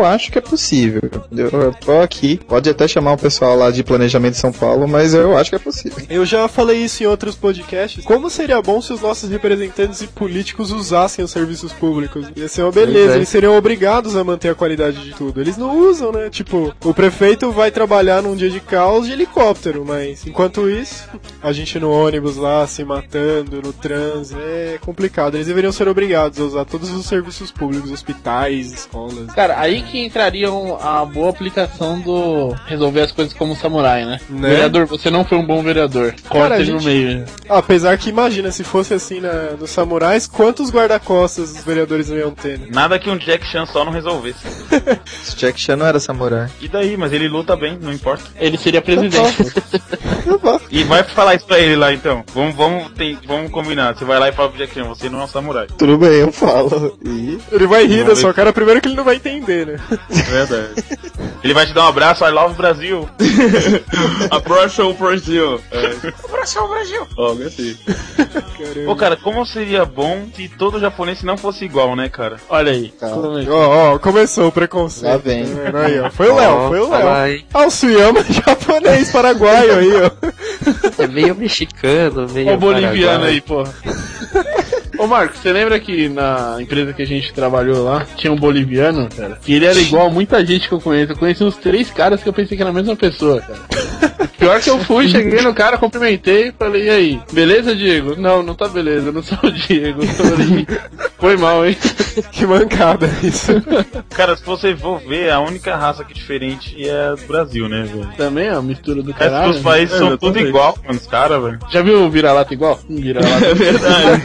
acho que é possível. Eu tô aqui, pode até chamar o pessoal lá de planejamento de São Paulo, mas eu acho que é possível. Eu já falei isso em outros podcasts. Como seria bom se os nossos representantes e políticos usassem os serviços públicos? Ia ser uma beleza, eles seriam obrigados a manter a qualidade de tudo. Eles não usam, né? Tipo, o prefeito vai trabalhar num dia de caos de helicóptero, mas enquanto isso, a gente no ônibus lá, se matando, no trânsito, é complicado. Eles deveriam ser obrigados a usar todos os serviços públicos, hospitais, escolas. Cara, aí que entraria a boa aplicação do resolver as coisas como samurai, né? Vereador, você não foi um bom vereador. Corta ele no meio. Apesar que imagina, se fosse assim nos samurais, quantos guarda-costas os vereadores não iam ter, né? Nada que um Jack Chan só não resolvesse. Esse Jack Chan não era samurai. E daí? Mas ele luta bem, não importa. Ele seria presidente. E vai falar isso pra ele lá então. Vamos combinar. Você vai lá e fala pro Jack Chan, você não é um samurai. Tudo bem, eu falo. E... ele vai rir da sua cara, primeiro que ele não vai entender, né? Verdade. Ele vai te dar um abraço, I love Brasil. Abraço ao Brasil. Abraço ao Brasil. Algo assim. Pô, cara, como seria bom se todo japonês não fosse igual, né, cara? Olha aí. Começou o preconceito. Lá vem. Aí, ó. Foi o Léo. Ah, o Suyama japonês, paraguaio aí, ó. É meio mexicano, meio. Ó, o boliviano aí, porra. Ô Marcos, você lembra que na empresa que a gente trabalhou lá, tinha um boliviano, cara, que ele era igual a muita gente que eu conheço. Eu conheci uns 3 caras que eu pensei que era a mesma pessoa, cara. Pior que eu fui, cheguei no cara, cumprimentei, falei, e aí, beleza, Diego? Não tá beleza, eu não sou o Diego. Foi mal, hein? Que mancada isso. Cara, se você for ver, a única raça que é diferente é a do Brasil, né, velho? Também é uma mistura do caralho. Os países são tudo igual, mano, os caras, velho. Já viu o vira-lata igual? Vira-lata. É verdade.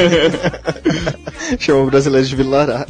Chamou o brasileiro de Vira-Lata.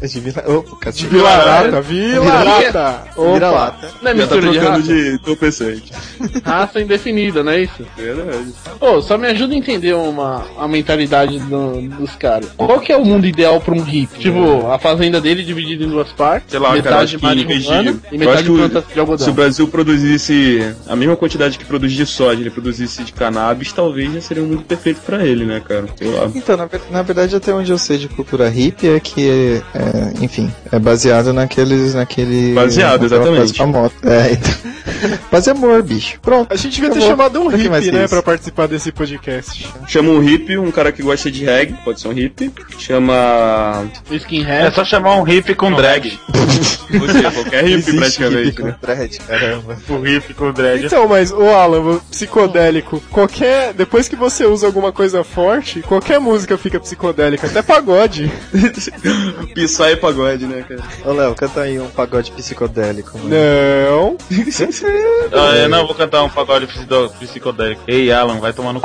Vira-lata. Não é mistura de raça? De entorpecente. Raça indefinida, não é isso? Verdade. Pô, só me ajuda a entender a mentalidade dos caras. Qual que é o mundo ideal pra um hippie? Tipo, a fazenda dele dividida em 2 partes, sei lá, metade marihuana e metade planta de algodão. Se o Brasil produzisse a mesma quantidade que produz de soja, ele produzisse de cannabis, talvez já seria um mundo perfeito pra ele, né, cara? Sei lá. Então, na verdade, até onde eu sei de cultura hippie é que, enfim, é baseado naquele... Baseado, exatamente. Então. Paz e amor, bicho. Pronto. A gente devia ter chamado um hippie, né, pra participar desse podcast. Chama um hippie, um cara que gosta de reggae, pode ser um hippie. Chama... skinhead. É só chamar um hippie com drag. Qualquer hippie praticamente, né? Drag, caramba. O hippie com drag. Então, mas, ô Alan, psicodélico, depois que você usa alguma coisa forte, qualquer música fica psicodélica, até pagode. Psy e pagode, né, cara? Ô Léo, canta aí um pagode psicodélico. Mano. Não. Eu não vou cantar um pagode psicodélico. Ei, Alan, vai tomar no c...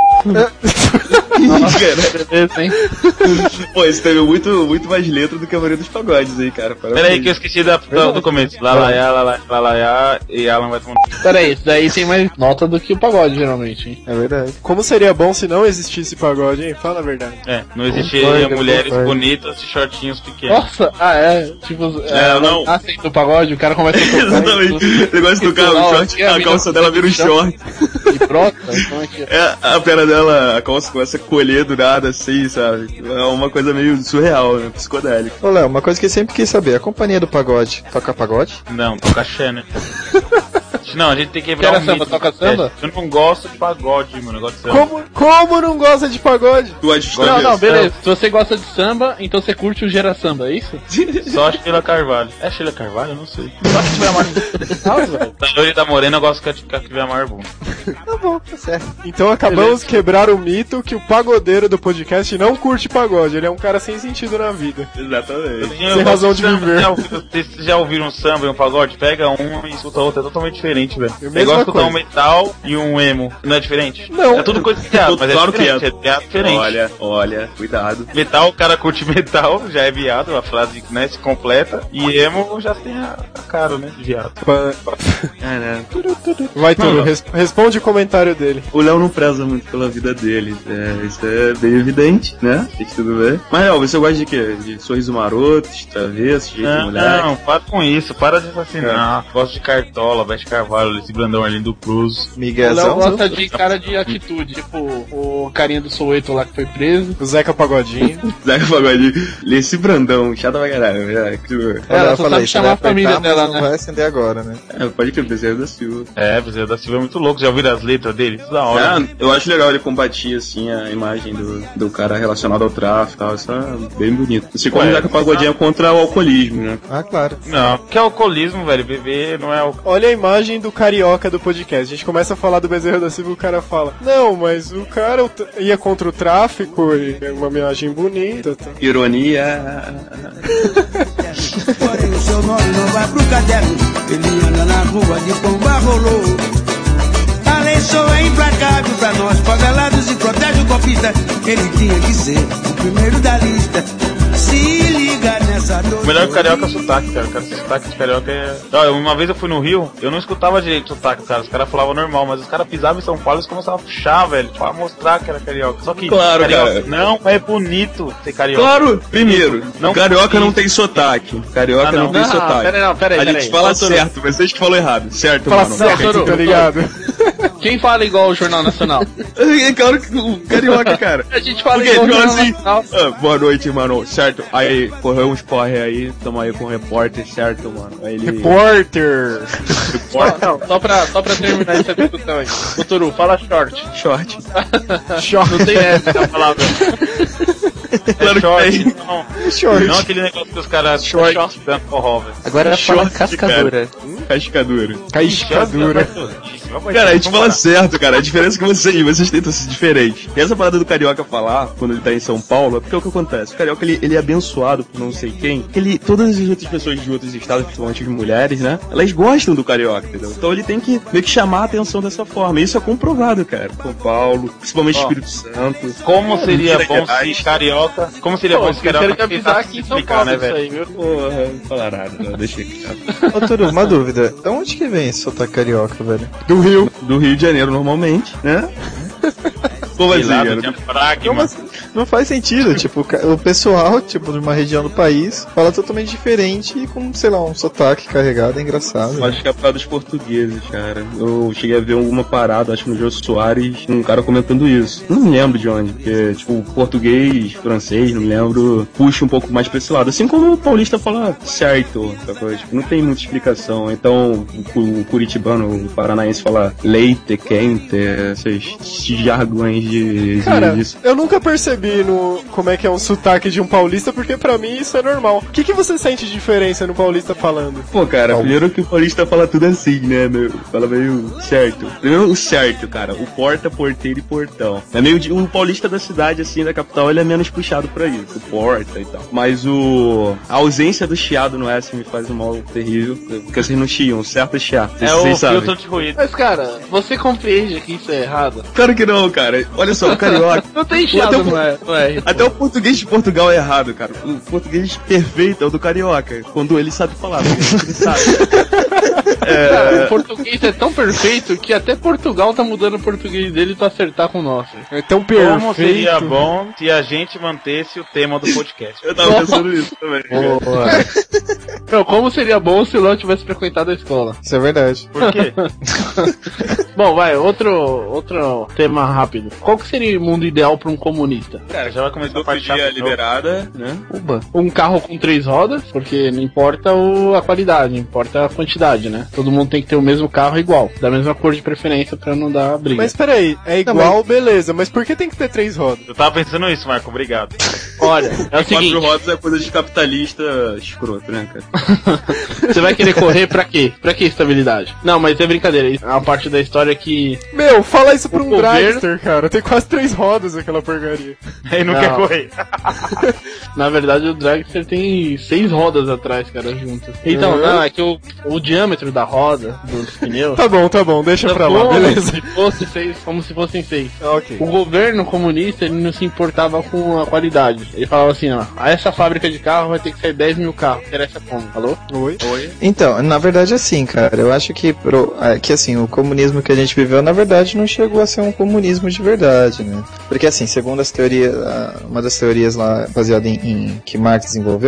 Pô, esse teve muito mais letra do que a maioria dos pagodes aí, cara. Pera aí que eu esqueci do começo. Lalaiá, e Alan vai tomar no c... Pera aí, isso daí tem mais nota do que o pagode, geralmente, hein? É verdade. Como seria bom se não existisse pagode, hein? Fala a verdade. Não existiria mulheres bonitas e shortinhos pequenos. Nossa, tipo... não. Aceita o pagode, o cara começa a tocar. Exatamente. O negócio do carro, o short, a calça dela vira um short. E pronto, então aqui. A perna dela, a calça começa a colher do nada, assim, sabe? É uma coisa meio surreal, né? Psicodélica. Ô Léo, uma coisa que eu sempre quis saber, a companhia do pagode toca pagode? Não, toca axé, né? Não, a gente tem que quebrar um mito. Toca samba? Eu não gosto de pagode, mano. Eu gosto de samba. Como não gosta de pagode? Não, beleza. Se você gosta de samba, então você curte o Gera Samba, é isso? Só a Sheila Carvalho. É Sheila Carvalho? Eu não sei. Só que tiver mais. Da loira e da morena eu gosto que tiver mais bom. Tá bom, tá certo. Então acabamos de quebrar o mito que o pagodeiro do podcast não curte pagode. Ele é um cara sem sentido na vida. Exatamente. Sem razão de viver. Vocês já ouviram um samba e um pagode? Pega um e escuta outro. É totalmente diferente, velho. É igual escutar um metal e um emo. Não é diferente? Não. É tudo coisa de teatro, mas claro é diferente. Que é. É diferente. Olha, cuidado. Metal, o cara curte metal, já é viado, a frase, né, se completa. E emo já tem a cara, né, de viado. Vai, Turo, responde o comentário dele. O Léo não preza muito pela vida dele. Isso é bem evidente, né? Tem que tudo ver. Mas, Léo, você gosta de quê? De sorriso maroto, de travesso, de jeito de mulher? Não, para com isso, para de assassinar. Gosto de cartola, veste carvalho. Carvalho, esse Brandão Arlindo Cruz. Miguelzão. O Léo gosta de cara de atitude, tipo o carinha do Soweto lá que foi preso. O Zeca Pagodinho. Zeca Pagodinho. Esse Brandão, chato pra caralho. Ela só sabe chamar a família dela, né? Não vai acender agora, né? Pode crer, Bezerra da Silva. Bezerra da Silva é muito louco, já ouviram as letras dele? Isso da hora. Eu acho legal ele combatir, assim, a imagem do cara relacionado ao tráfico e tal, isso é bem bonito. Assim como o Zeca Pagodinho é contra o alcoolismo, né? Ah, claro. Não, que é alcoolismo, velho, beber não é Olha a imagem do carioca do podcast. A gente começa a falar do Bezerra da Silva e o cara fala: não, mas o cara ia contra o tráfico e é uma imagem bonita. Tá? Ironia. Porém o seu nome não vai pro caderno. Ele anda na rua de pomba rolou. A lei só é implacável pra nós favelados e protege o golpista. Ele tinha que ser o primeiro da lista. Se liga nessa dor. O melhor que o carioca é o sotaque, cara. O sotaque de carioca é. Uma vez eu fui no Rio, eu não escutava direito o sotaque, cara. Os caras falavam normal, mas os caras pisavam em São Paulo e eles começavam a puxar, velho, pra mostrar que era carioca. Só que claro, carioca, cara. Não é bonito ser carioca. Claro, primeiro, carioca não tem sotaque. Carioca não tem sotaque. Pera aí. A gente fala certo, mas vocês que falou errado. Certo, fala mano. Certo, tá ligado? Quem fala igual o Jornal Nacional? É claro que o carioca, cara. A gente fala igual o Jornal Nacional. Boa noite, mano. Certo. Aí, corremos, corre aí. Tamo aí com o repórter, certo, mano? Aí ele... Repórter! Não, só pra terminar essa discussão aí. O Toru, fala short. Short. Não tem essa na palavra. Claro short, que short. Não aquele negócio que os caras short dando forró, velho. Agora fala cascadura. Cascadura. Cascadura. Cara, a gente fala certo, cara. A diferença é que vocês tentam ser diferentes. E essa parada do carioca falar, quando ele tá em São Paulo, é porque é o que acontece. O carioca, ele é abençoado por não sei quem. Todas as outras pessoas de outros estados, principalmente as mulheres, né? Elas gostam do carioca, entendeu? Então ele tem que meio que chamar a atenção dessa forma. E isso é comprovado, cara. São Paulo, principalmente Espírito Santo. Como seria bom se carioca... Como seria bom se carioca aqui em São Paulo, né, velho? aí, viu? Porra, não falar nada, não, deixa aqui. Ô, Turu, uma dúvida. De onde que vem esse sotaque carioca, velho? Do Rio. Do Rio de Janeiro, normalmente, né? Como assim, cara? Não faz sentido, tipo, o pessoal, tipo, de uma região do país fala totalmente diferente e com, sei lá, um sotaque carregado, é engraçado. Acho que é a parada dos portugueses, cara. Eu cheguei a ver alguma parada, acho que no Jô Soares, um cara comentando isso. Não me lembro de onde, porque, tipo, português, francês, não me lembro, puxa um pouco mais pra esse lado. Assim como o paulista fala certo, sacou? Tipo, não tem muita explicação. Então, o curitibano, o paranaense fala leite, quente, esses jargões Cara, disso. eu nunca percebi como é que é um sotaque de um paulista, porque pra mim isso é normal. O que você sente de diferença no paulista falando? Pô, cara, primeiro que o paulista fala tudo assim, né, meu? Fala meio certo. Primeiro o certo, cara. O porta, porteiro e portão. É meio o paulista da cidade, assim, da capital, ele é menos puxado pra isso. O porta e tal. Mas a ausência do chiado no S me faz um mal terrível. Porque vocês não chiam, certo é chiar. O filtro de ruído. Mas, cara, você compreende que isso é errado? Claro que não, cara. Olha só, o carioca. Não tem chiado, não é. Até o português de Portugal é errado, cara. O português perfeito é o do carioca. Quando ele sabe falar, ele sabe. Cara, o português é tão perfeito que até Portugal tá mudando o português dele pra acertar com o nosso. É tão perfeito. Como seria bom se a gente mantesse o tema do podcast? Eu tava pensando nisso também. Não, como seria bom se o Léo tivesse frequentado a escola? Isso é verdade. Por quê? Bom, vai, outro tema rápido. Qual que seria o mundo ideal pra um comunista? Cara, já vai começar a parte liberada, né? Um carro com 3 rodas, porque não importa a qualidade, importa a quantidade, né? Todo mundo tem que ter o mesmo carro igual, da mesma cor de preferência pra não dar briga. Mas peraí, é igual, beleza, mas por que tem que ter 3 rodas? Eu tava pensando isso, Marco, obrigado. Olha, é o seguinte... 4 rodas é coisa de capitalista escroto, né, cara? Você vai querer correr pra quê? Pra que estabilidade? Não, mas é brincadeira, isso é uma parte da história que... Meu, fala isso pra um dragster, cara, tem quase 3 rodas aquela porcaria. Ele não quer correr. Na verdade, o dragster tem 6 rodas atrás, cara, juntas. Então, não, é que o diâmetro da roda, dos pneus... Tá bom, deixa pra lá, beleza. Como se fossem 6. Ok. O governo comunista, ele não se importava com a qualidade. Ele falava assim, ó, essa fábrica de carro vai ter que sair 10 mil carros. Interessa como? Alô? Oi? Então, na verdade, assim, cara, eu acho que assim, o comunismo que a gente viveu, na verdade, não chegou a ser um comunismo de verdade, né? Porque, assim, segundo as teorias, uma das teorias lá, baseada em que Marx desenvolveu,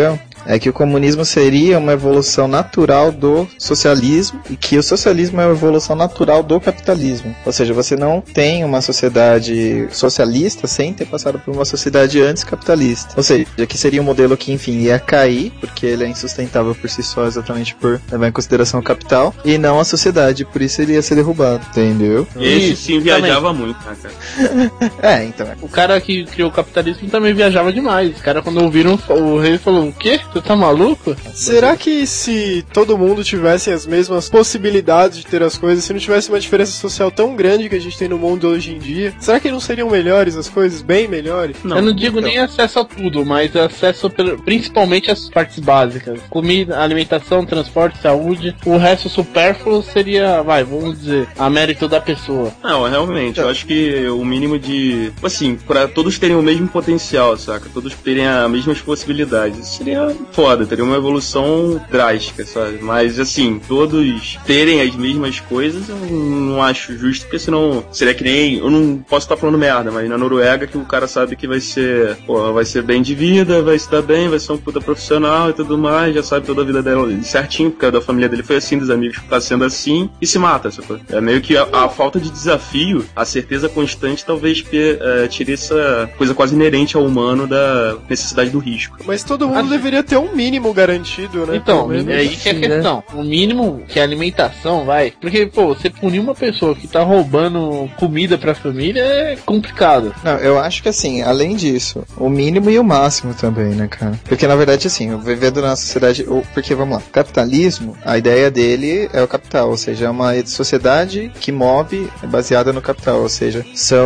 é que o comunismo seria uma evolução natural do socialismo e que o socialismo é uma evolução natural do capitalismo. Ou seja, você não tem uma sociedade socialista sem ter passado por uma sociedade antes capitalista. Ou seja, que seria um modelo que, enfim, ia cair, porque ele é insustentável por si só, exatamente por levar em consideração o capital, e não a sociedade, por isso ele ia ser derrubado, entendeu? Esse sim viajava muito, né, cara? Então. O cara que criou o capitalismo também viajava demais. Os caras, quando ouviram o rei, falou: o quê? Você tá maluco? Será que se todo mundo tivesse as mesmas possibilidades de ter as coisas, se não tivesse uma diferença social tão grande que a gente tem no mundo hoje em dia, será que não seriam melhores as coisas? Bem melhores? Eu não digo nem acesso a tudo, mas acesso principalmente às partes básicas. Comida, alimentação, transporte, saúde. O resto supérfluo seria, vamos dizer, a mérito da pessoa. Não, realmente, eu acho que o mínimo de... Assim, pra todos terem o mesmo potencial, saca? Todos terem as mesmas possibilidades. Isso seria foda, teria uma evolução drástica, sabe? Mas, assim, todos terem as mesmas coisas, eu não acho justo, porque senão seria que nem... Eu não posso estar falando merda, mas na Noruega que o cara sabe que vai ser bem de vida, vai se dar bem, vai ser um puta profissional e tudo mais, já sabe toda a vida dela certinho, porque a da família dele foi assim, dos amigos tá sendo assim, e se mata, sabe? É meio que a falta de desafio, a certeza constante, talvez tire essa coisa quase inerente ao humano da necessidade do risco. Mas todo mundo deveria ter um mínimo garantido, né? Então, é aí que é a questão. O mínimo que é alimentação, porque, você punir uma pessoa que tá roubando comida pra família é complicado. Não, eu acho que assim, além disso, o mínimo e o máximo também, né, cara? Porque na verdade, assim, vivendo na sociedade, porque vamos lá, capitalismo, a ideia dele é o capital, ou seja, é uma sociedade que move baseada no capital, ou seja,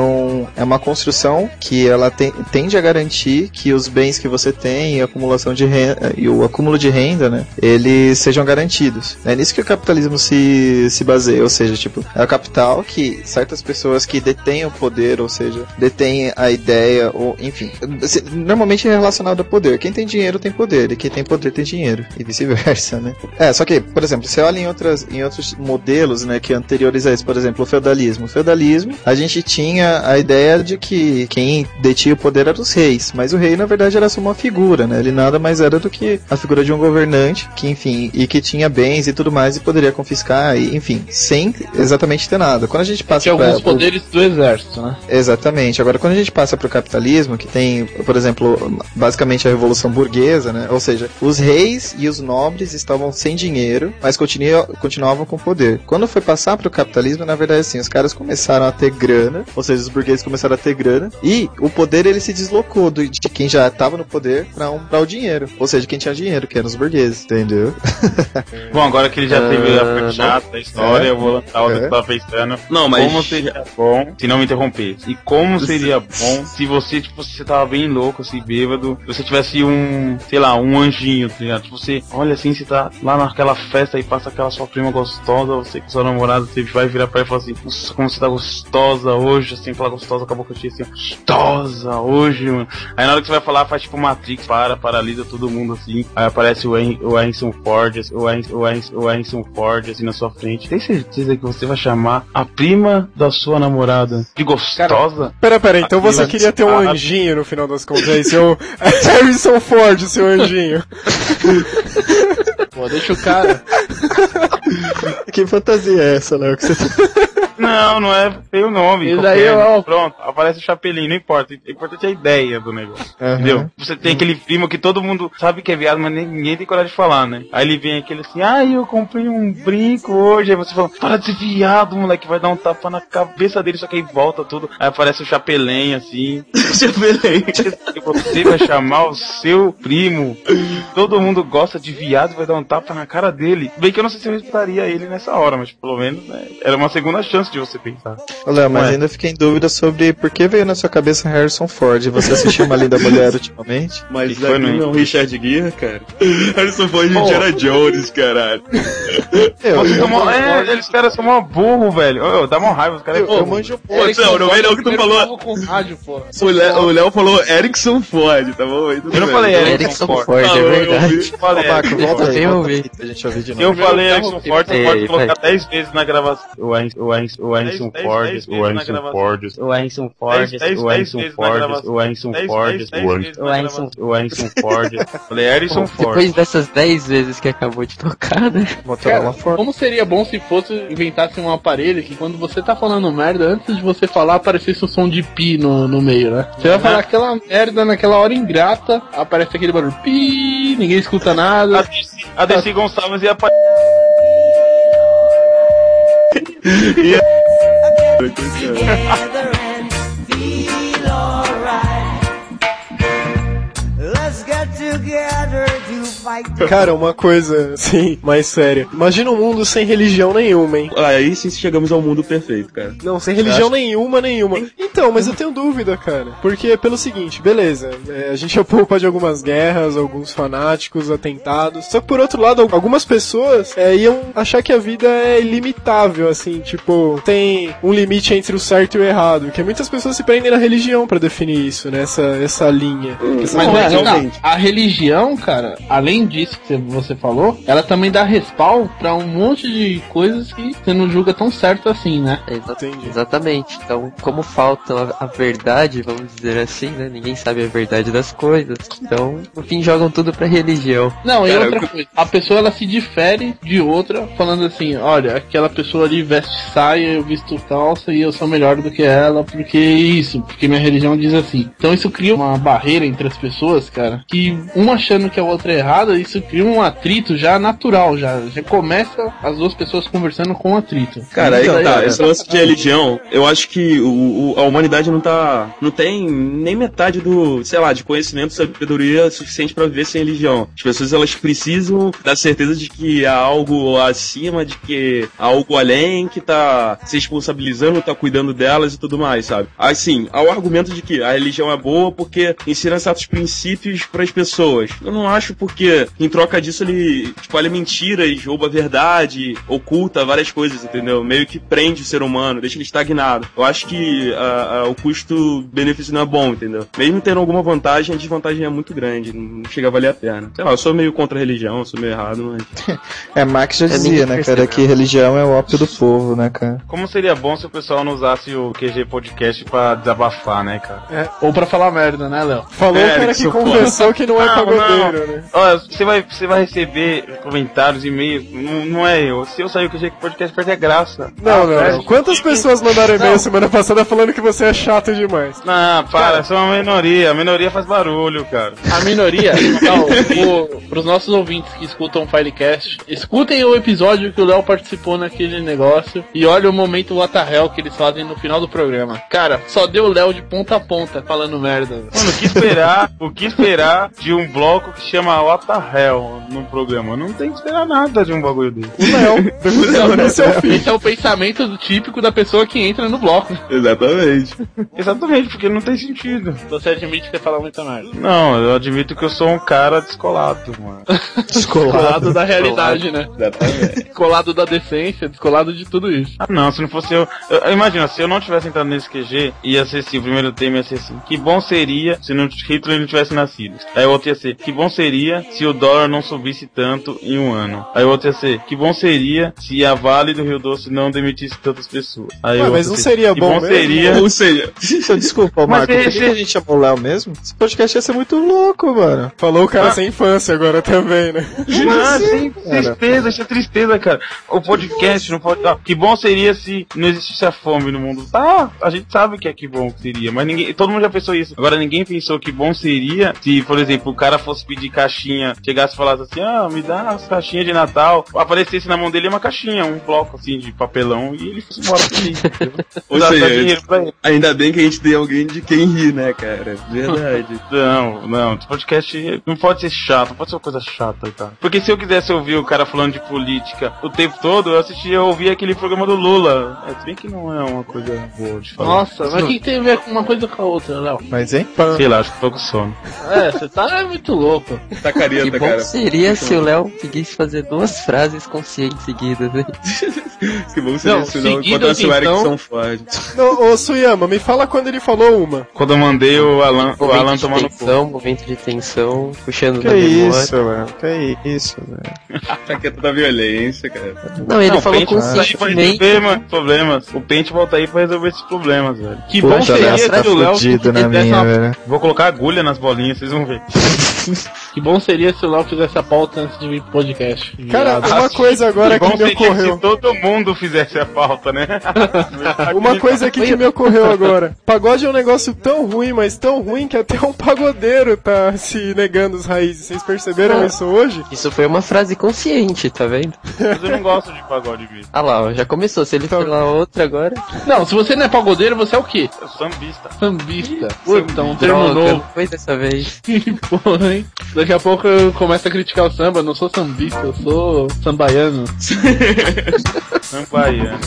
é uma construção que ela tende a garantir que os bens que você tem e a acumulação de renda, e o acúmulo de renda, né, eles sejam garantidos. É nisso que o capitalismo se baseia, ou seja, tipo, é o capital que certas pessoas que detêm o poder, ou seja, detêm a ideia, ou enfim, normalmente é relacionado a poder. Quem tem dinheiro tem poder, e quem tem poder tem dinheiro, e vice-versa, né? Só que, por exemplo, você olha em outros modelos, né, que anteriores a esse, por exemplo, o feudalismo. O feudalismo, a gente tinha a ideia de que quem detinha o poder eram os reis, mas o rei, na verdade, era só uma figura, né? Ele nada mais era do que a figura de um governante, que, enfim, e que tinha bens e tudo mais, e poderia confiscar, e, enfim, sem exatamente ter nada. Quando a gente passa tinha alguns poderes do exército, né? Exatamente. Agora, quando a gente passa pro capitalismo, que tem, por exemplo, basicamente a revolução burguesa, né? Ou seja, os reis e os nobres estavam sem dinheiro, mas continuavam com poder. Quando foi passar pro capitalismo, na verdade, assim, os caras começaram a ter grana, ou seja, os burgueses começaram a ter grana, e o poder, ele se deslocou de quem já estava no poder para o dinheiro. Ou seja, quem tinha dinheiro, que eram os burgueses, entendeu? Bom, agora que ele já teve a parte chata da história, eu vou lançar outra que eu tava pensando. Não, mas... Como seria bom, se não me interromper, e como seria bom se você, tipo, você tava bem louco, assim, bêbado, se você tivesse um anjinho, tá ligado? Tipo, você olha assim, você tá lá naquela festa e passa aquela sua prima gostosa, você com sua namorada, você vai virar pra ela e falar assim, nossa, como você tá gostosa hoje, assim, aquela gostosa com a boca cheia, assim, gostosa hoje, mano. Aí na hora que você vai falar, faz tipo Matrix, paralisa todo mundo, assim, aí aparece o Harrison Ford, assim, na sua frente. Tem certeza que você vai chamar a prima da sua namorada de gostosa? Pera, então você queria ter um anjinho no final das contas, aí, seu Harrison Ford, seu anjinho. Pô, deixa o cara. Que fantasia é essa, Léo, que você Não é tem o nome. Isso aí pronto, aparece o chapelinho, não importa. O importante é a ideia do negócio. Entendeu? Você tem aquele primo que todo mundo sabe que é viado, mas ninguém tem coragem de falar, né? Aí ele vem aquele assim, eu comprei um brinco hoje. Aí você fala, para de ser viado, moleque, vai dar um tapa na cabeça dele, só que aí volta tudo. Aí aparece o chapelinho assim. Chapelinho. Você vai chamar o seu primo. Todo mundo gosta de viado, vai dar um tapa na cara dele. Bem que eu não sei se eu respeitaria ele nessa hora, mas pelo menos, né, era uma segunda chance de você pensar. Léo, mas ainda fiquei em dúvida sobre por que veio na sua cabeça Harrison Ford. Você assistiu Uma Linda Mulher ultimamente? Mas foi não é o Richard Gere, cara. Harrison Ford de Indiana Jones, caralho. Eles caras são mó burro, velho. Dá mó raiva, os caras. Eu manjo não é não que tu falou. O Léo falou Erickson Ford, tá bom? Eu não falei Erickson Ford, é verdade. Volta aí, eu ouvi. a gente ouvir de novo. Se eu falei Erickson Ford, você pode colocar 10 vezes na gravação. O o Harrison Ford, o Harrison Ford, o Harrison Ford, o Harrison Ford, o Harrison Ford, o Harrison Ford. Falei Harrison Ford. Depois dessas 10 vezes que acabou de tocar, né? Cara, como seria bom se fosse inventasse um aparelho que quando você tá falando merda, antes de você falar, aparecesse um som de pi no meio, né? Você vai falar aquela merda naquela hora ingrata, aparece aquele barulho pi, ninguém escuta nada. A Dercy Gonçalves ia aparecer. Cara, uma coisa, assim, mais séria. Imagina um mundo sem religião nenhuma, hein? Aí sim chegamos ao mundo perfeito, cara. Não, sem religião nenhuma. Então, mas eu tenho dúvida, cara. Porque, pelo seguinte, beleza, a gente é poupa de algumas guerras, alguns fanáticos, atentados. Só que, por outro lado, algumas pessoas iam achar que a vida é ilimitável, assim, tipo, tem um limite entre o certo e o errado. Porque muitas pessoas se prendem na religião pra definir isso, né? Essa linha. Mas realmente, a religião, cara, além disso que você falou, ela também dá respaldo pra um monte de coisas que você não julga tão certo assim, né? Exatamente. Então, como falta a verdade, vamos dizer assim, né? Ninguém sabe a verdade das coisas. Então, no fim, jogam tudo pra religião. Não, e outra coisa, a pessoa ela se difere de outra, falando assim, olha, aquela pessoa ali veste saia, eu visto calça e eu sou melhor do que ela, porque minha religião diz assim. Então isso cria uma barreira entre as pessoas, cara, que uma achando que a outra é errada, isso cria um atrito já natural, já começa as duas pessoas conversando com atrito. Cara, aí tá, esse lance de religião, eu acho que a humanidade não tem nem metade do, sei lá, de conhecimento, sabedoria suficiente pra viver sem religião. As pessoas, elas precisam da certeza de que há algo acima, de que há algo além, que tá se responsabilizando, tá cuidando delas e tudo mais, sabe? Assim, há o argumento de que a religião é boa porque ensina certos princípios pras pessoas. Eu não acho porque, em troca disso, ele espalha mentiras, rouba a verdade, oculta várias coisas, entendeu? Meio que prende o ser humano, deixa ele estagnado. Eu acho que o custo-benefício não é bom, entendeu? Mesmo tendo alguma vantagem, a desvantagem é muito grande, não chega a valer a pena. Sei lá, eu sou meio contra a religião, eu sou meio errado, mas... Marx já dizia, né, cara, que religião é o ópio do povo, né, cara? Como seria bom se o pessoal não usasse o QG Podcast pra desabafar, né, cara? Ou pra falar merda, né, Léo? Falou o cara que confessou que não é pagodeiro, né? Olha, você vai receber comentários, e-mails, não é eu. Se eu sair o QG Podcast, perde a graça. Não. Quantas pessoas mandaram e-mail semana passada falando que você é chato demais? Não, para, sou uma minoria. A minoria faz barulho, cara. A minoria? Pros nossos ouvintes que escutam o Filecast, escutem o episódio que o Léo participou naquele negócio e olha o momento what the hell que eles fazem no final do programa. Cara, só deu o Léo de ponta a ponta falando merda. Mano, o que esperar de um bloco que chama What the Hell no programa? Não tem que esperar nada de um bagulho dele. O Léo, esse é o pensamento típico da pessoa que entra no bloco. Exatamente, porque não tem sentido. Você admite que você fala muita merda? Não, eu admito que eu sou um cara descolado, mano. Descolado da realidade, né? Exatamente. Descolado da decência, descolado de tudo isso. Ah, não, se não fosse eu imagina, se eu não tivesse entrado nesse QG, ia ser assim, o primeiro tema ia ser assim, que bom seria se Hitler não tivesse nascido. Aí o outro ia ser, que bom seria se o dólar não subisse tanto em um ano. Aí o outro ia ser, que bom seria se a Vale do Rio Doce não demitisse tantas pessoas. Aí mas não seria bom mesmo? Seria... Ou seja, desculpa, Marco, por que a gente chamou o Léo mesmo? Esse podcast ia ser muito louco, mano. Falou o cara sem infância agora também, né? Sem tristeza, isso é tristeza, cara. O podcast não pode... que bom seria se não existisse a fome no mundo. A gente sabe que é que bom seria, mas todo mundo já pensou isso. Agora ninguém pensou que bom seria se, por exemplo, o cara fosse pedir caixinha, chegasse e falasse assim, me dá umas caixinhas de Natal, aparecesse na mão dele uma caixinha, um bloco assim de papelão e ele fosse embora feliz. Ou seja, ainda bem que a gente tem alguém de quem rir, né, cara? Verdade. Não, esse podcast não pode ser chato, não pode ser uma coisa chata, cara. Porque se eu quisesse ouvir o cara falando de política o tempo todo, eu ouvia aquele programa do Lula. Se bem que não é uma coisa boa de falar. Nossa, mas o que tem a ver com uma coisa com a outra, Léo? Mas, hein? Sei lá, acho que tô com sono. Você tá muito louco. Tá careta, que bom cara. Seria se o Léo conseguisse fazer 2 frases conscientes seguidas, hein? Que bom seria isso, não. Enquanto a sua Erickson Ford. Ô, Suyama, me fala quando ele falou uma. Quando eu mandei o Alan tomar no cu. Momento de tensão, puxando Que da memória. isso, velho? Que isso, velho? Tá quieto da violência, cara. Não, ele falou Pente volta aí pra conscientemente. resolver problemas. O Pente volta aí pra resolver esses problemas, velho. Que bom Puxa, seria essa tá se o Léo fudido na fizesse minha, velho. Vou colocar agulha nas bolinhas, vocês vão ver. Que bom seria se o Léo fizesse a pauta antes de vir pro podcast. Cara, uma coisa agora que me ocorreu. Se todo mundo fizesse a pauta, né? Uma coisa aqui que me ocorreu agora. Pagode é um negócio tão ruim, mas tão ruim que até um pagodeiro tá se negando as raízes. Vocês perceberam isso hoje? Isso foi uma frase consciente, tá vendo? Mas eu não gosto de pagode, bicho. Ah lá, ó, já começou. Se ele falar outra agora. Não, se você não é pagodeiro, você é o quê? Eu sou sambista. Sambista. Puta, um termo Droga, novo. não foi dessa vez. Que porra, hein? Daqui a pouco eu começo a criticar o samba. Eu não sou sambista, eu sou sambaiano. Sambaiano.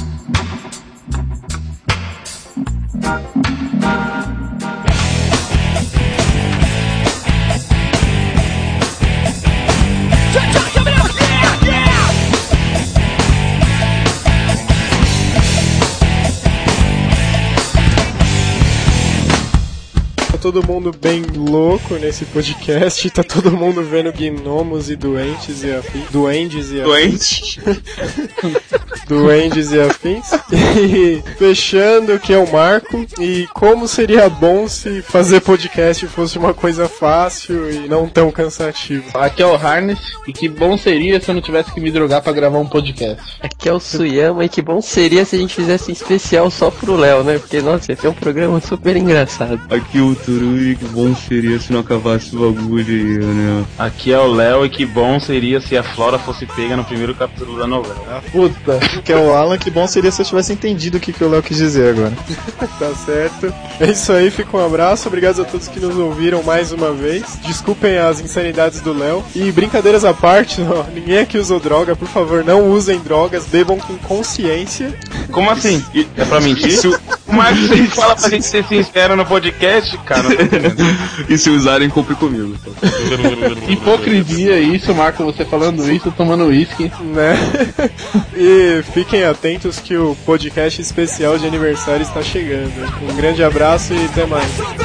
Tá todo mundo bem louco nesse podcast, tá todo mundo vendo gnomos e duendes e afins. Duendes e afins. Duendes e afins. E fechando, que é o Marco. E como seria bom se fazer podcast fosse uma coisa fácil e não tão cansativo. Aqui é o Harness, e que bom seria se eu não tivesse que me drogar pra gravar um podcast. Aqui é o Suyama, e que bom seria se a gente fizesse um especial só pro Léo, né? Porque, nossa, esse é um programa super engraçado. Aqui o Turui, que bom seria se não acabasse o bagulho aí, né? Aqui é o Léo e que bom seria se a Flora fosse pega no primeiro capítulo da novela. Puta. Que é o Alan, que bom seria se eu tivesse entendido o que o Léo quis dizer agora. Tá certo. É isso aí, fica um abraço. Obrigado a todos que nos ouviram mais uma vez. Desculpem as insanidades do Léo. E brincadeiras à parte, ó, ninguém aqui usou droga. Por favor, não usem drogas. Bebam com consciência. Como assim? É pra mentir? O Marcos sempre fala pra gente ser sincero no podcast, cara. Não tô entendendo. E se usarem, compre comigo. Hipocrisia isso, Marco, você falando isso, tomando uísque. Né? E fiquem atentos que o podcast especial de aniversário está chegando. Um grande abraço e até mais. Eu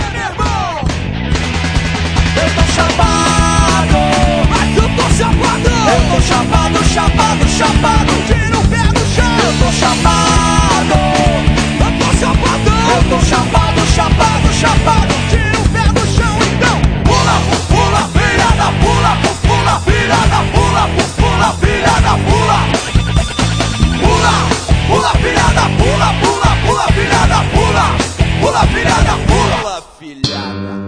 tô chapado, mas eu tô chapado. Eu tô chapado, chapado, chapado. Tira o pé do chão. Eu tô chapado, eu tô chapado. Eu tô chapado, chapado, chapado. Tira o pé do chão, então. Pula, pula, filha da pula, pula, filha da pula, pula, filha da pula. Pula, pula, filha da pula, pula, pula, filha da pula. Pula, filha da pula. Pula, filha da